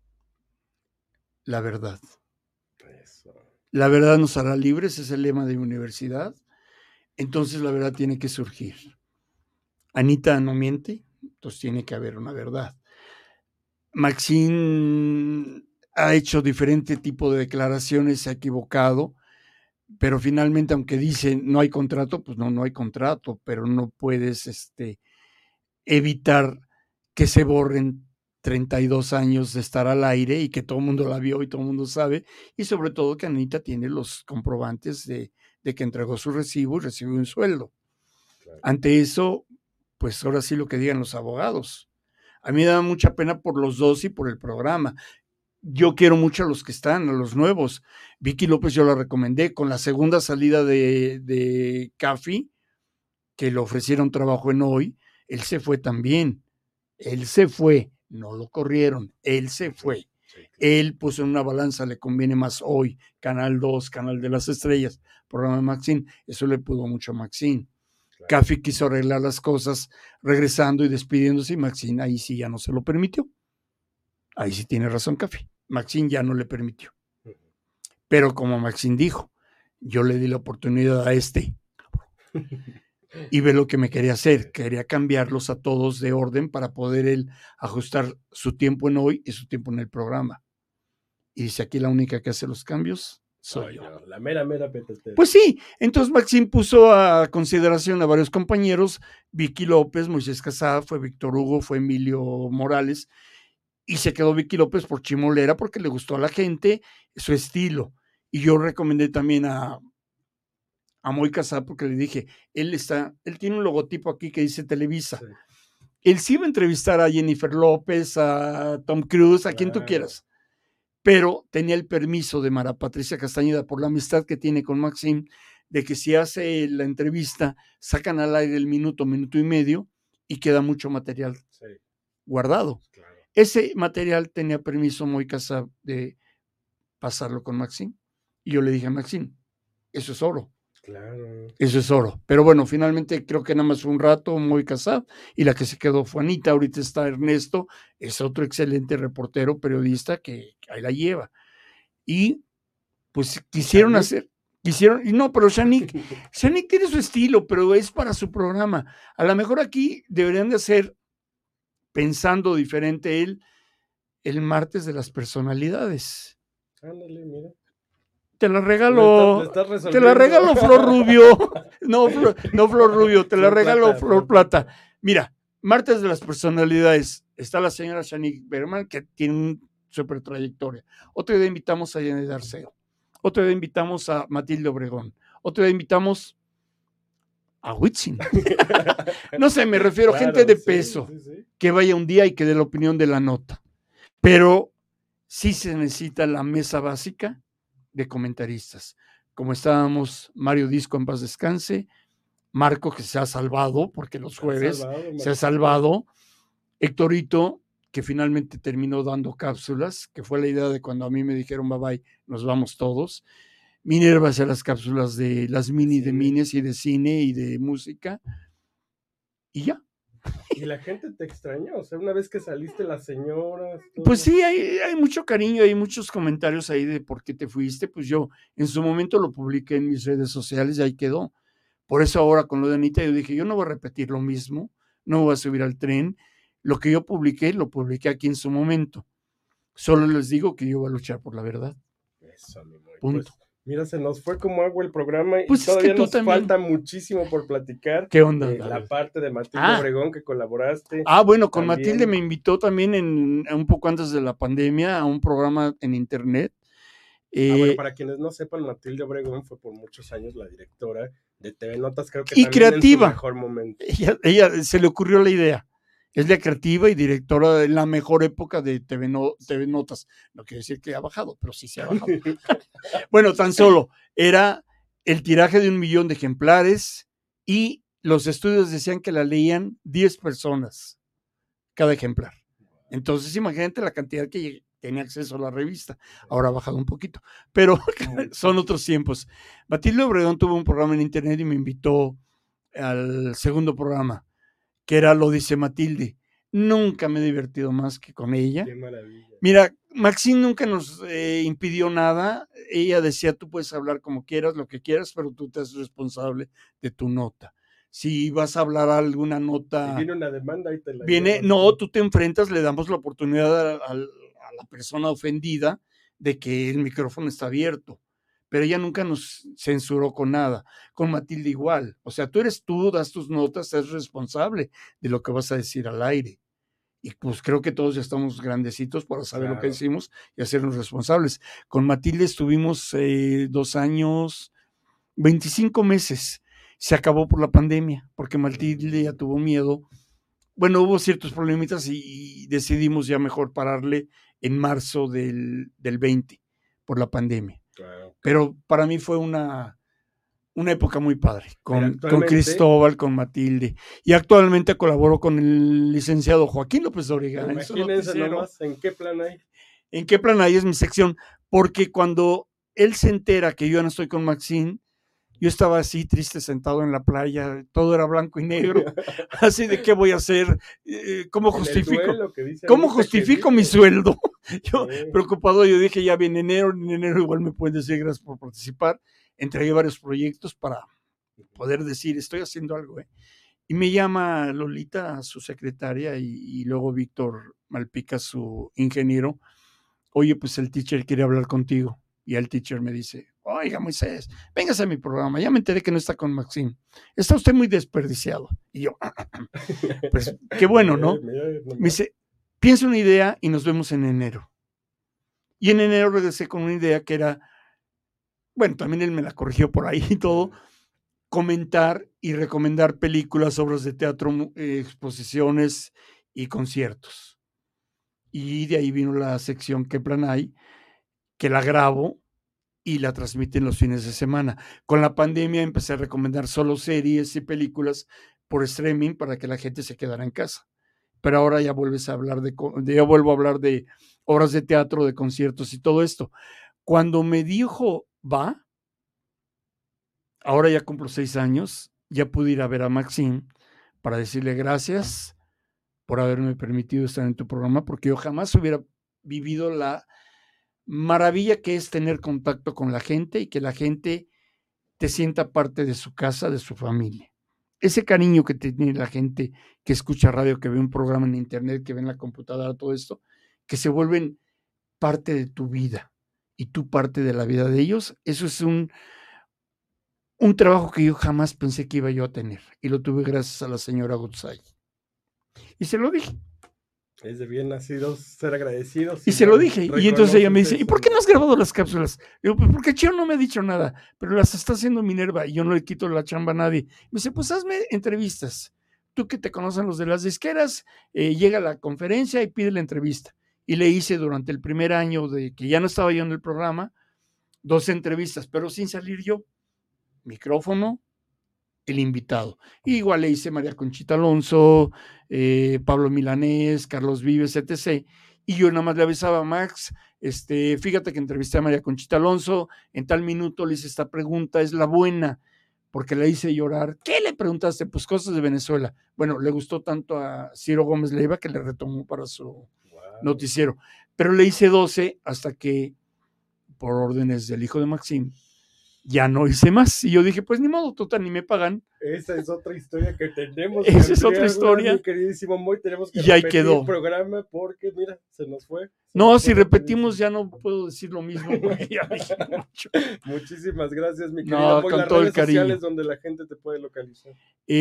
la verdad. Eso. La verdad nos hará libres, es el lema de mi universidad. Entonces la verdad tiene que surgir. Anita no miente, entonces tiene que haber una verdad. Maxine ha hecho diferente tipo de declaraciones, se ha equivocado, pero finalmente, aunque dice no hay contrato, pues no, no hay contrato, pero no puedes este, evitar que se borren treinta y dos años de estar al aire y que todo el mundo la vio y todo el mundo sabe, y sobre todo que Anita tiene los comprobantes de, de que entregó su recibo y recibió un sueldo. Claro. Ante eso, pues ahora sí lo que digan los abogados. A mí me da mucha pena por los dos y por el programa. Yo quiero mucho a los que están, a los nuevos. Vicky López yo la recomendé. Con la segunda salida de, de Caffi, que le ofrecieron trabajo en Hoy, él se fue también. Él se fue, no lo corrieron, él se fue. Él puso en una balanza, le conviene más Hoy, Canal dos, Canal de las Estrellas, programa de Maxine. Eso le pudo mucho a Maxine. Claro. Caffi quiso arreglar las cosas regresando y despidiéndose y Maxine ahí sí ya no se lo permitió. Ahí sí tiene razón Caffi. Maxine ya no le permitió. Pero como Maxine dijo, yo le di la oportunidad a este y ve lo que me quería hacer. Quería cambiarlos a todos de orden para poder él ajustar su tiempo en Hoy y su tiempo en el programa. Y dice, aquí la única que hace los cambios soy Ay, yo. No, la mera, mera petetera. Pues sí, entonces Maxine puso a consideración a varios compañeros, Vicky López, Moisés Casada, fue Víctor Hugo, fue Emilio Morales, y se quedó Vicky López por chimolera porque le gustó a la gente su estilo. Y yo recomendé también a, a Moy Casada porque le dije, él está, él tiene un logotipo aquí que dice Televisa. Sí. Él sí iba a entrevistar a Jennifer López, a Tom Cruise, a claro. quien tú quieras. Pero tenía el permiso de Mara Patricia Castañeda por la amistad que tiene con Maxine, de que si hace la entrevista, sacan al aire el minuto, minuto y medio, y queda mucho material sí. guardado. Claro. Ese material tenía permiso Moy Casab de pasarlo con Maxine. Y yo le dije a Maxine, eso es oro. Claro. Eso es oro. Pero bueno, finalmente creo que nada más fue un rato Moy Casab y la que se quedó fue Anita. Ahorita está Ernesto, es otro excelente reportero, periodista que ahí la lleva. Y pues quisieron ¿Shanique? hacer, quisieron, y no, pero Shanique, Shanique tiene su estilo, pero es para su programa. A lo mejor aquí deberían de hacer, pensando diferente él, el martes de las personalidades. Ándale, mira. Te la regalo, le estás, le estás te la regalo Flor Rubio, no, Flor, no Flor Rubio, te la regalo Plata, Flor Plata. Plata. Mira, martes de las personalidades, está la señora Shanique Berman, que tiene una super trayectoria. Otro día invitamos a Janet Arceo, otro día invitamos a Matilde Obregón, otro día invitamos a Whitsin. No sé, me refiero a claro, gente de sí, peso, sí, sí. que vaya un día y que dé la opinión de la nota. Pero sí se necesita la mesa básica de comentaristas, como estábamos Mario Disco en paz descanse, Marco que se ha salvado porque los jueves se ha salvado, se ha salvado, Héctorito que finalmente terminó dando cápsulas, que fue la idea de cuando a mí me dijeron bye bye, nos vamos todos. Minerva hacía las cápsulas de las mini sí. de Mines y de cine y de música y ya. ¿Y la gente te extrañó? O sea, una vez que saliste, las señoras... Todo. Pues sí, hay, hay mucho cariño, hay muchos comentarios ahí de por qué te fuiste. Pues yo en su momento lo publiqué en mis redes sociales y ahí quedó. Por eso ahora con lo de Anita yo dije, yo no voy a repetir lo mismo, no voy a subir al tren. Lo que yo publiqué, lo publiqué aquí en su momento. Solo les digo que yo voy a luchar por la verdad. Eso, mi amor. Punto. Pues, mira, se nos fue como agua el programa y pues todavía es que nos también. falta muchísimo por platicar. ¿Qué onda? Eh, la parte de Matilde ah. Obregón que colaboraste. Ah, bueno, con también. Matilde me invitó también en, un poco antes de la pandemia a un programa en internet. Eh, ah, bueno, para quienes no sepan, Matilde Obregón fue por muchos años la directora de T V Notas, creo que y también creativa. en su mejor momento. Ella, ella se le ocurrió la idea. Es la creativa y directora de la mejor época de T V, no, T V Notas. No quiere decir que ha bajado, pero sí se ha bajado. Bueno, tan solo era el tiraje de un millón de ejemplares y los estudios decían que la leían diez personas cada ejemplar. Entonces, imagínate la cantidad que tenía acceso a la revista. Ahora ha bajado un poquito, pero son otros tiempos. Matilde Obregón tuvo un programa en internet y me invitó al segundo programa, que era Lo Dice Matilde. Nunca me he divertido más que con ella. Qué maravilla. Mira, Maxine nunca nos eh, impidió nada. Ella decía, tú puedes hablar como quieras, lo que quieras, pero tú te haces responsable de tu nota. Si vas a hablar alguna nota... Si viene una demanda, ahí te la Viene, llevas, no, tú te enfrentas, le damos la oportunidad a, a, a la persona ofendida de que el micrófono está abierto. Pero ella nunca nos censuró con nada. Con Matilde igual. O sea, tú eres tú, das tus notas, eres responsable de lo que vas a decir al aire. Y pues creo que todos ya estamos grandecitos para saber claro. lo que decimos y hacernos responsables. Con Matilde estuvimos eh, dos años, veinticinco meses. Se acabó por la pandemia, porque Matilde ya tuvo miedo. Bueno, hubo ciertos problemitas y, y decidimos ya mejor pararle en marzo del, del veinte por la pandemia. Claro. Pero para mí fue una, una época muy padre, con, con Cristóbal, con Matilde. Y actualmente colaboro con el licenciado Joaquín López Dóriga. Imagínense nomás, ¿en qué plan hay? ¿En qué plan hay? Es mi sección, porque cuando él se entera que yo ya no estoy con Maxine, yo estaba así triste sentado en la playa, todo era blanco y negro, así de qué voy a hacer, eh, cómo justifico, cómo justifico mi sueldo. Yo sí. preocupado, yo dije ya viene enero, en enero igual me pueden decir gracias por participar. Entregué varios proyectos para poder decir estoy haciendo algo. ¿eh? Y me llama Lolita, su secretaria, y, y luego Víctor Malpica, su ingeniero. Oye, pues el teacher quiere hablar contigo. Y el teacher me dice, oiga Moisés, véngase a mi programa, ya me enteré que no está con Maxine, está usted muy desperdiciado. Y yo, pues qué bueno, ¿no? Me dice, piensa una idea y nos vemos en enero. Y en enero regresé con una idea que era, bueno, también él me la corrigió por ahí y todo, comentar y recomendar películas, obras de teatro, eh, exposiciones y conciertos. Y de ahí vino la sección ¿Qué plan hay?, que la grabo y la transmiten los fines de semana. Con la pandemia empecé a recomendar solo series y películas por streaming para que la gente se quedara en casa. Pero ahora ya vuelves a hablar de, de ya vuelvo a hablar de obras de teatro, de conciertos y todo esto. Cuando me dijo, va, ahora ya cumplo seis años, ya pude ir a ver a Maxine para decirle gracias por haberme permitido estar en tu programa, porque yo jamás hubiera vivido la maravilla que es tener contacto con la gente y que la gente te sienta parte de su casa, de su familia. Ese cariño que tiene la gente que escucha radio, que ve un programa en internet, que ve en la computadora, todo esto, que se vuelven parte de tu vida y tú parte de la vida de ellos, eso es un, un trabajo que yo jamás pensé que iba yo a tener y lo tuve gracias a la señora Gutzai. Y se lo dije. Es de bien nacidos ser agradecidos. Y se lo dije. Y entonces ella me dice, ¿y por qué no has grabado las cápsulas? Digo, pues porque Chio no me ha dicho nada, pero las está haciendo Minerva y yo no le quito la chamba a nadie. Me dice, pues hazme entrevistas. Tú que te conocen los de las disqueras, eh, llega a la conferencia y pide la entrevista. Y le hice durante el primer año de que ya no estaba yo en el programa, dos entrevistas, pero sin salir yo. Micrófono, el invitado. Y igual le hice María Conchita Alonso, eh, Pablo Milanés, Carlos Vives, etcétera. Y yo nada más le avisaba a Max, este, fíjate que entrevisté a María Conchita Alonso, en tal minuto le hice esta pregunta, es la buena, porque la hice llorar. ¿Qué le preguntaste? Pues cosas de Venezuela. Bueno, le gustó tanto a Ciro Gómez Leiva que le retomó para su wow. noticiero. Pero le hice doce hasta que, por órdenes del hijo de Maxine, ya no hice más. Y yo dije, pues ni modo, total, ni me pagan. Esa es otra historia que tenemos. Esa que es otra historia. Mi queridísimo Moy, tenemos que y ahí quedó. el programa porque, mira, se nos fue. Se no, nos si fue repetimos ya no puedo decir lo mismo porque ya dije mucho. Muchísimas gracias, mi querido no, Moy. Con las todo redes el cariño. sociales donde la gente te puede localizar.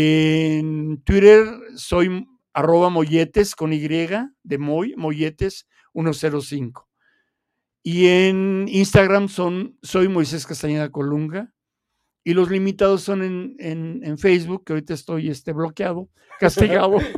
En Twitter soy arroba molletes con Y de Moy, molletes ciento cinco. Y en Instagram son, soy Moisés Castañeda Colunga. Y los limitados son en, en, en Facebook, que ahorita estoy este, bloqueado, castigado.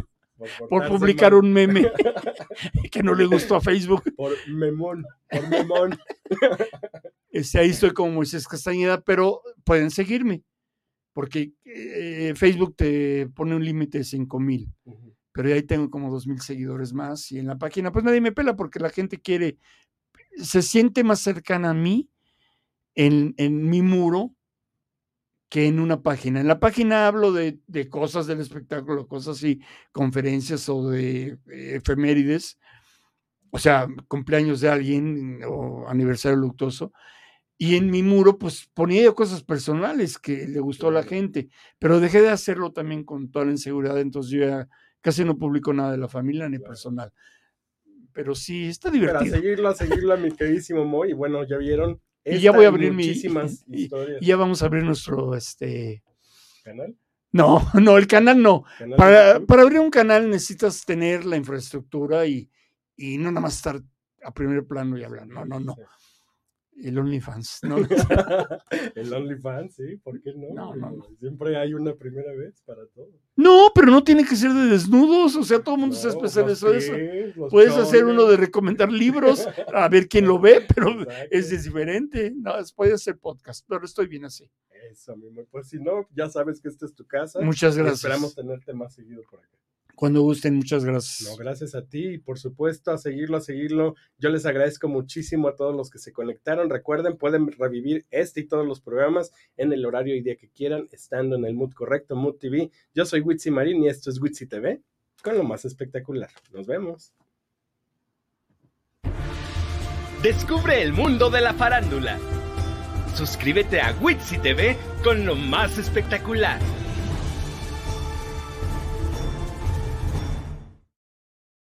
por, por publicar mal. un meme que no le gustó a Facebook. Por memón, por memón. Este, ahí estoy como Moisés Castañeda, pero pueden seguirme, porque eh, Facebook te pone un límite de cinco mil, uh-huh. pero ahí tengo como dos mil seguidores más, y en la página pues nadie me pela, porque la gente quiere, se siente más cercana a mí en, en mi muro que en una página. En la página hablo de, de cosas del espectáculo, cosas así, conferencias o de eh, efemérides, o sea, cumpleaños de alguien o aniversario luctuoso. Y en mi muro, pues ponía yo cosas personales que le gustó a la gente, pero dejé de hacerlo también con toda la inseguridad, entonces yo ya casi no publico nada de la familia ni claro. personal. Pero sí, está divertido. Para seguirlo, a seguirlo a mi queridísimo Moy, y bueno, ya vieron. Y ya voy a abrir muchísimas mi, historias. Y ya vamos a abrir nuestro este ¿Canal? No, no, el canal no. ¿Canal para, para abrir un canal necesitas tener la infraestructura y, y no nada más estar a primer plano y hablar. No, no, no. Sí. El OnlyFans, ¿no? El OnlyFans, sí, ¿por qué no? No, no, no? Siempre hay una primera vez para todo. No, pero no tiene que ser de desnudos, o sea, todo el mundo no, se especializó en eso. Puedes chones. hacer uno de recomendar libros, a ver quién lo ve, pero exacto. es diferente. No, puede ser podcast, pero estoy bien así. Eso, mi amor. Pues si no, ya sabes que esta es tu casa. Muchas gracias. Esperamos tenerte más seguido por acá. Cuando gusten, muchas gracias. No, gracias a ti y por supuesto a seguirlo, a seguirlo. Yo les agradezco muchísimo a todos los que se conectaron. Recuerden, pueden revivir este y todos los programas en el horario y día que quieran, estando en el Mood Correcto, Mood T V. Yo soy Witsi Marín y esto es Witsi T V con lo más espectacular. Nos vemos. Descubre el mundo de la farándula. Suscríbete a Witsi T V con lo más espectacular.